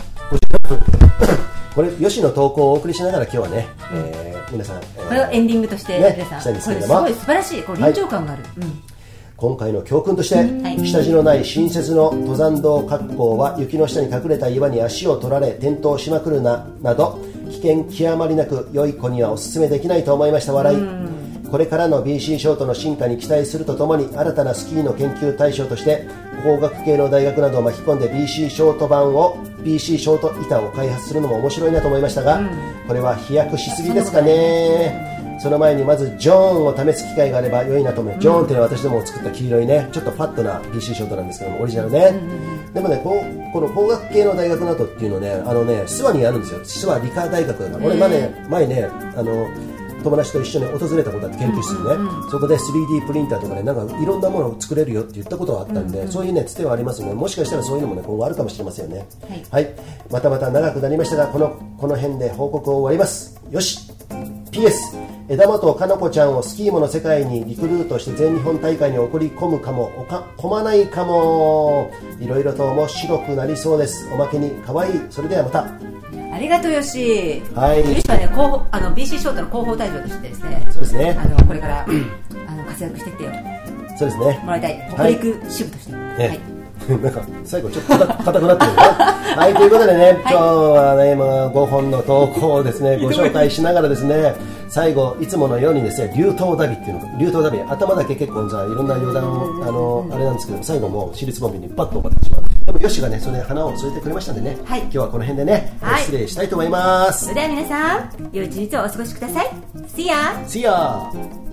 これ吉の投稿をお送りしながら今日はね、皆さん、 これをエンディングとして皆さん、 したいんですけれども、 これすごい素晴らしい、こう臨場感がある、 今回の教訓として、下地のない新雪の登山道格好は雪の下に隠れた岩に足を取られ転倒しまくるなど危険極まりなく良い子にはお勧めできないと思いました。笑い。これからの BC ショートの進化に期待するとともに、新たなスキーの研究対象として工学系の大学などを巻き込んで BC ショート板を開発するのも面白いなと思いましたが、これは飛躍しすぎですかね。その前にまずジョーンを試す機会があれば良いなと思います。ジョーンっていうのは私ども作った黄色いね、ちょっとファットな BC ショートなんですけども、オリジナルね、でもね、この工学系の大学などっていうのね、諏訪にあるんですよ。諏訪理科大学だから、俺前ね友達と一緒に訪れたことあって、研究室にね、そこで 3D プリンターとかね、なんかいろんなものを作れるよって言ったことがあったんで、そういうねつてはありますので、もしかしたらそういうのもね今後あるかもしれませんよね。はい、また長くなりましたが、この辺で報告を終わります。よし PS 枝本かの子ちゃんをスキーモの世界にリクルートして全日本大会に送り込むかも込まないかも、いろいろと面白くなりそうです。おまけに可愛い。それではまた。 ありがとうよし。 はい。 よしはね、BC ショートの広報隊長としてですね。 そうですね。 これから活躍していってよ。 そうですね。 もらいたい。北陸支部として。はい。 なんか最後ちょっと硬くなってるね。はい、ということでね、今日はね、5本の投稿をですねご紹介しながらですね、最後いつものようにですね、流頭ダビっていうの、流頭ダビ、頭だけ結構さいろんな余談をあれなんですけど、最後もう尻つぼみにパッと終わってしまう。でもヨシがねそれで花を添えてくれましたんでね、今日はこの辺でね、失礼したいと思います。 それでは皆さん、良い一日をお過ごしください。See ya! See ya!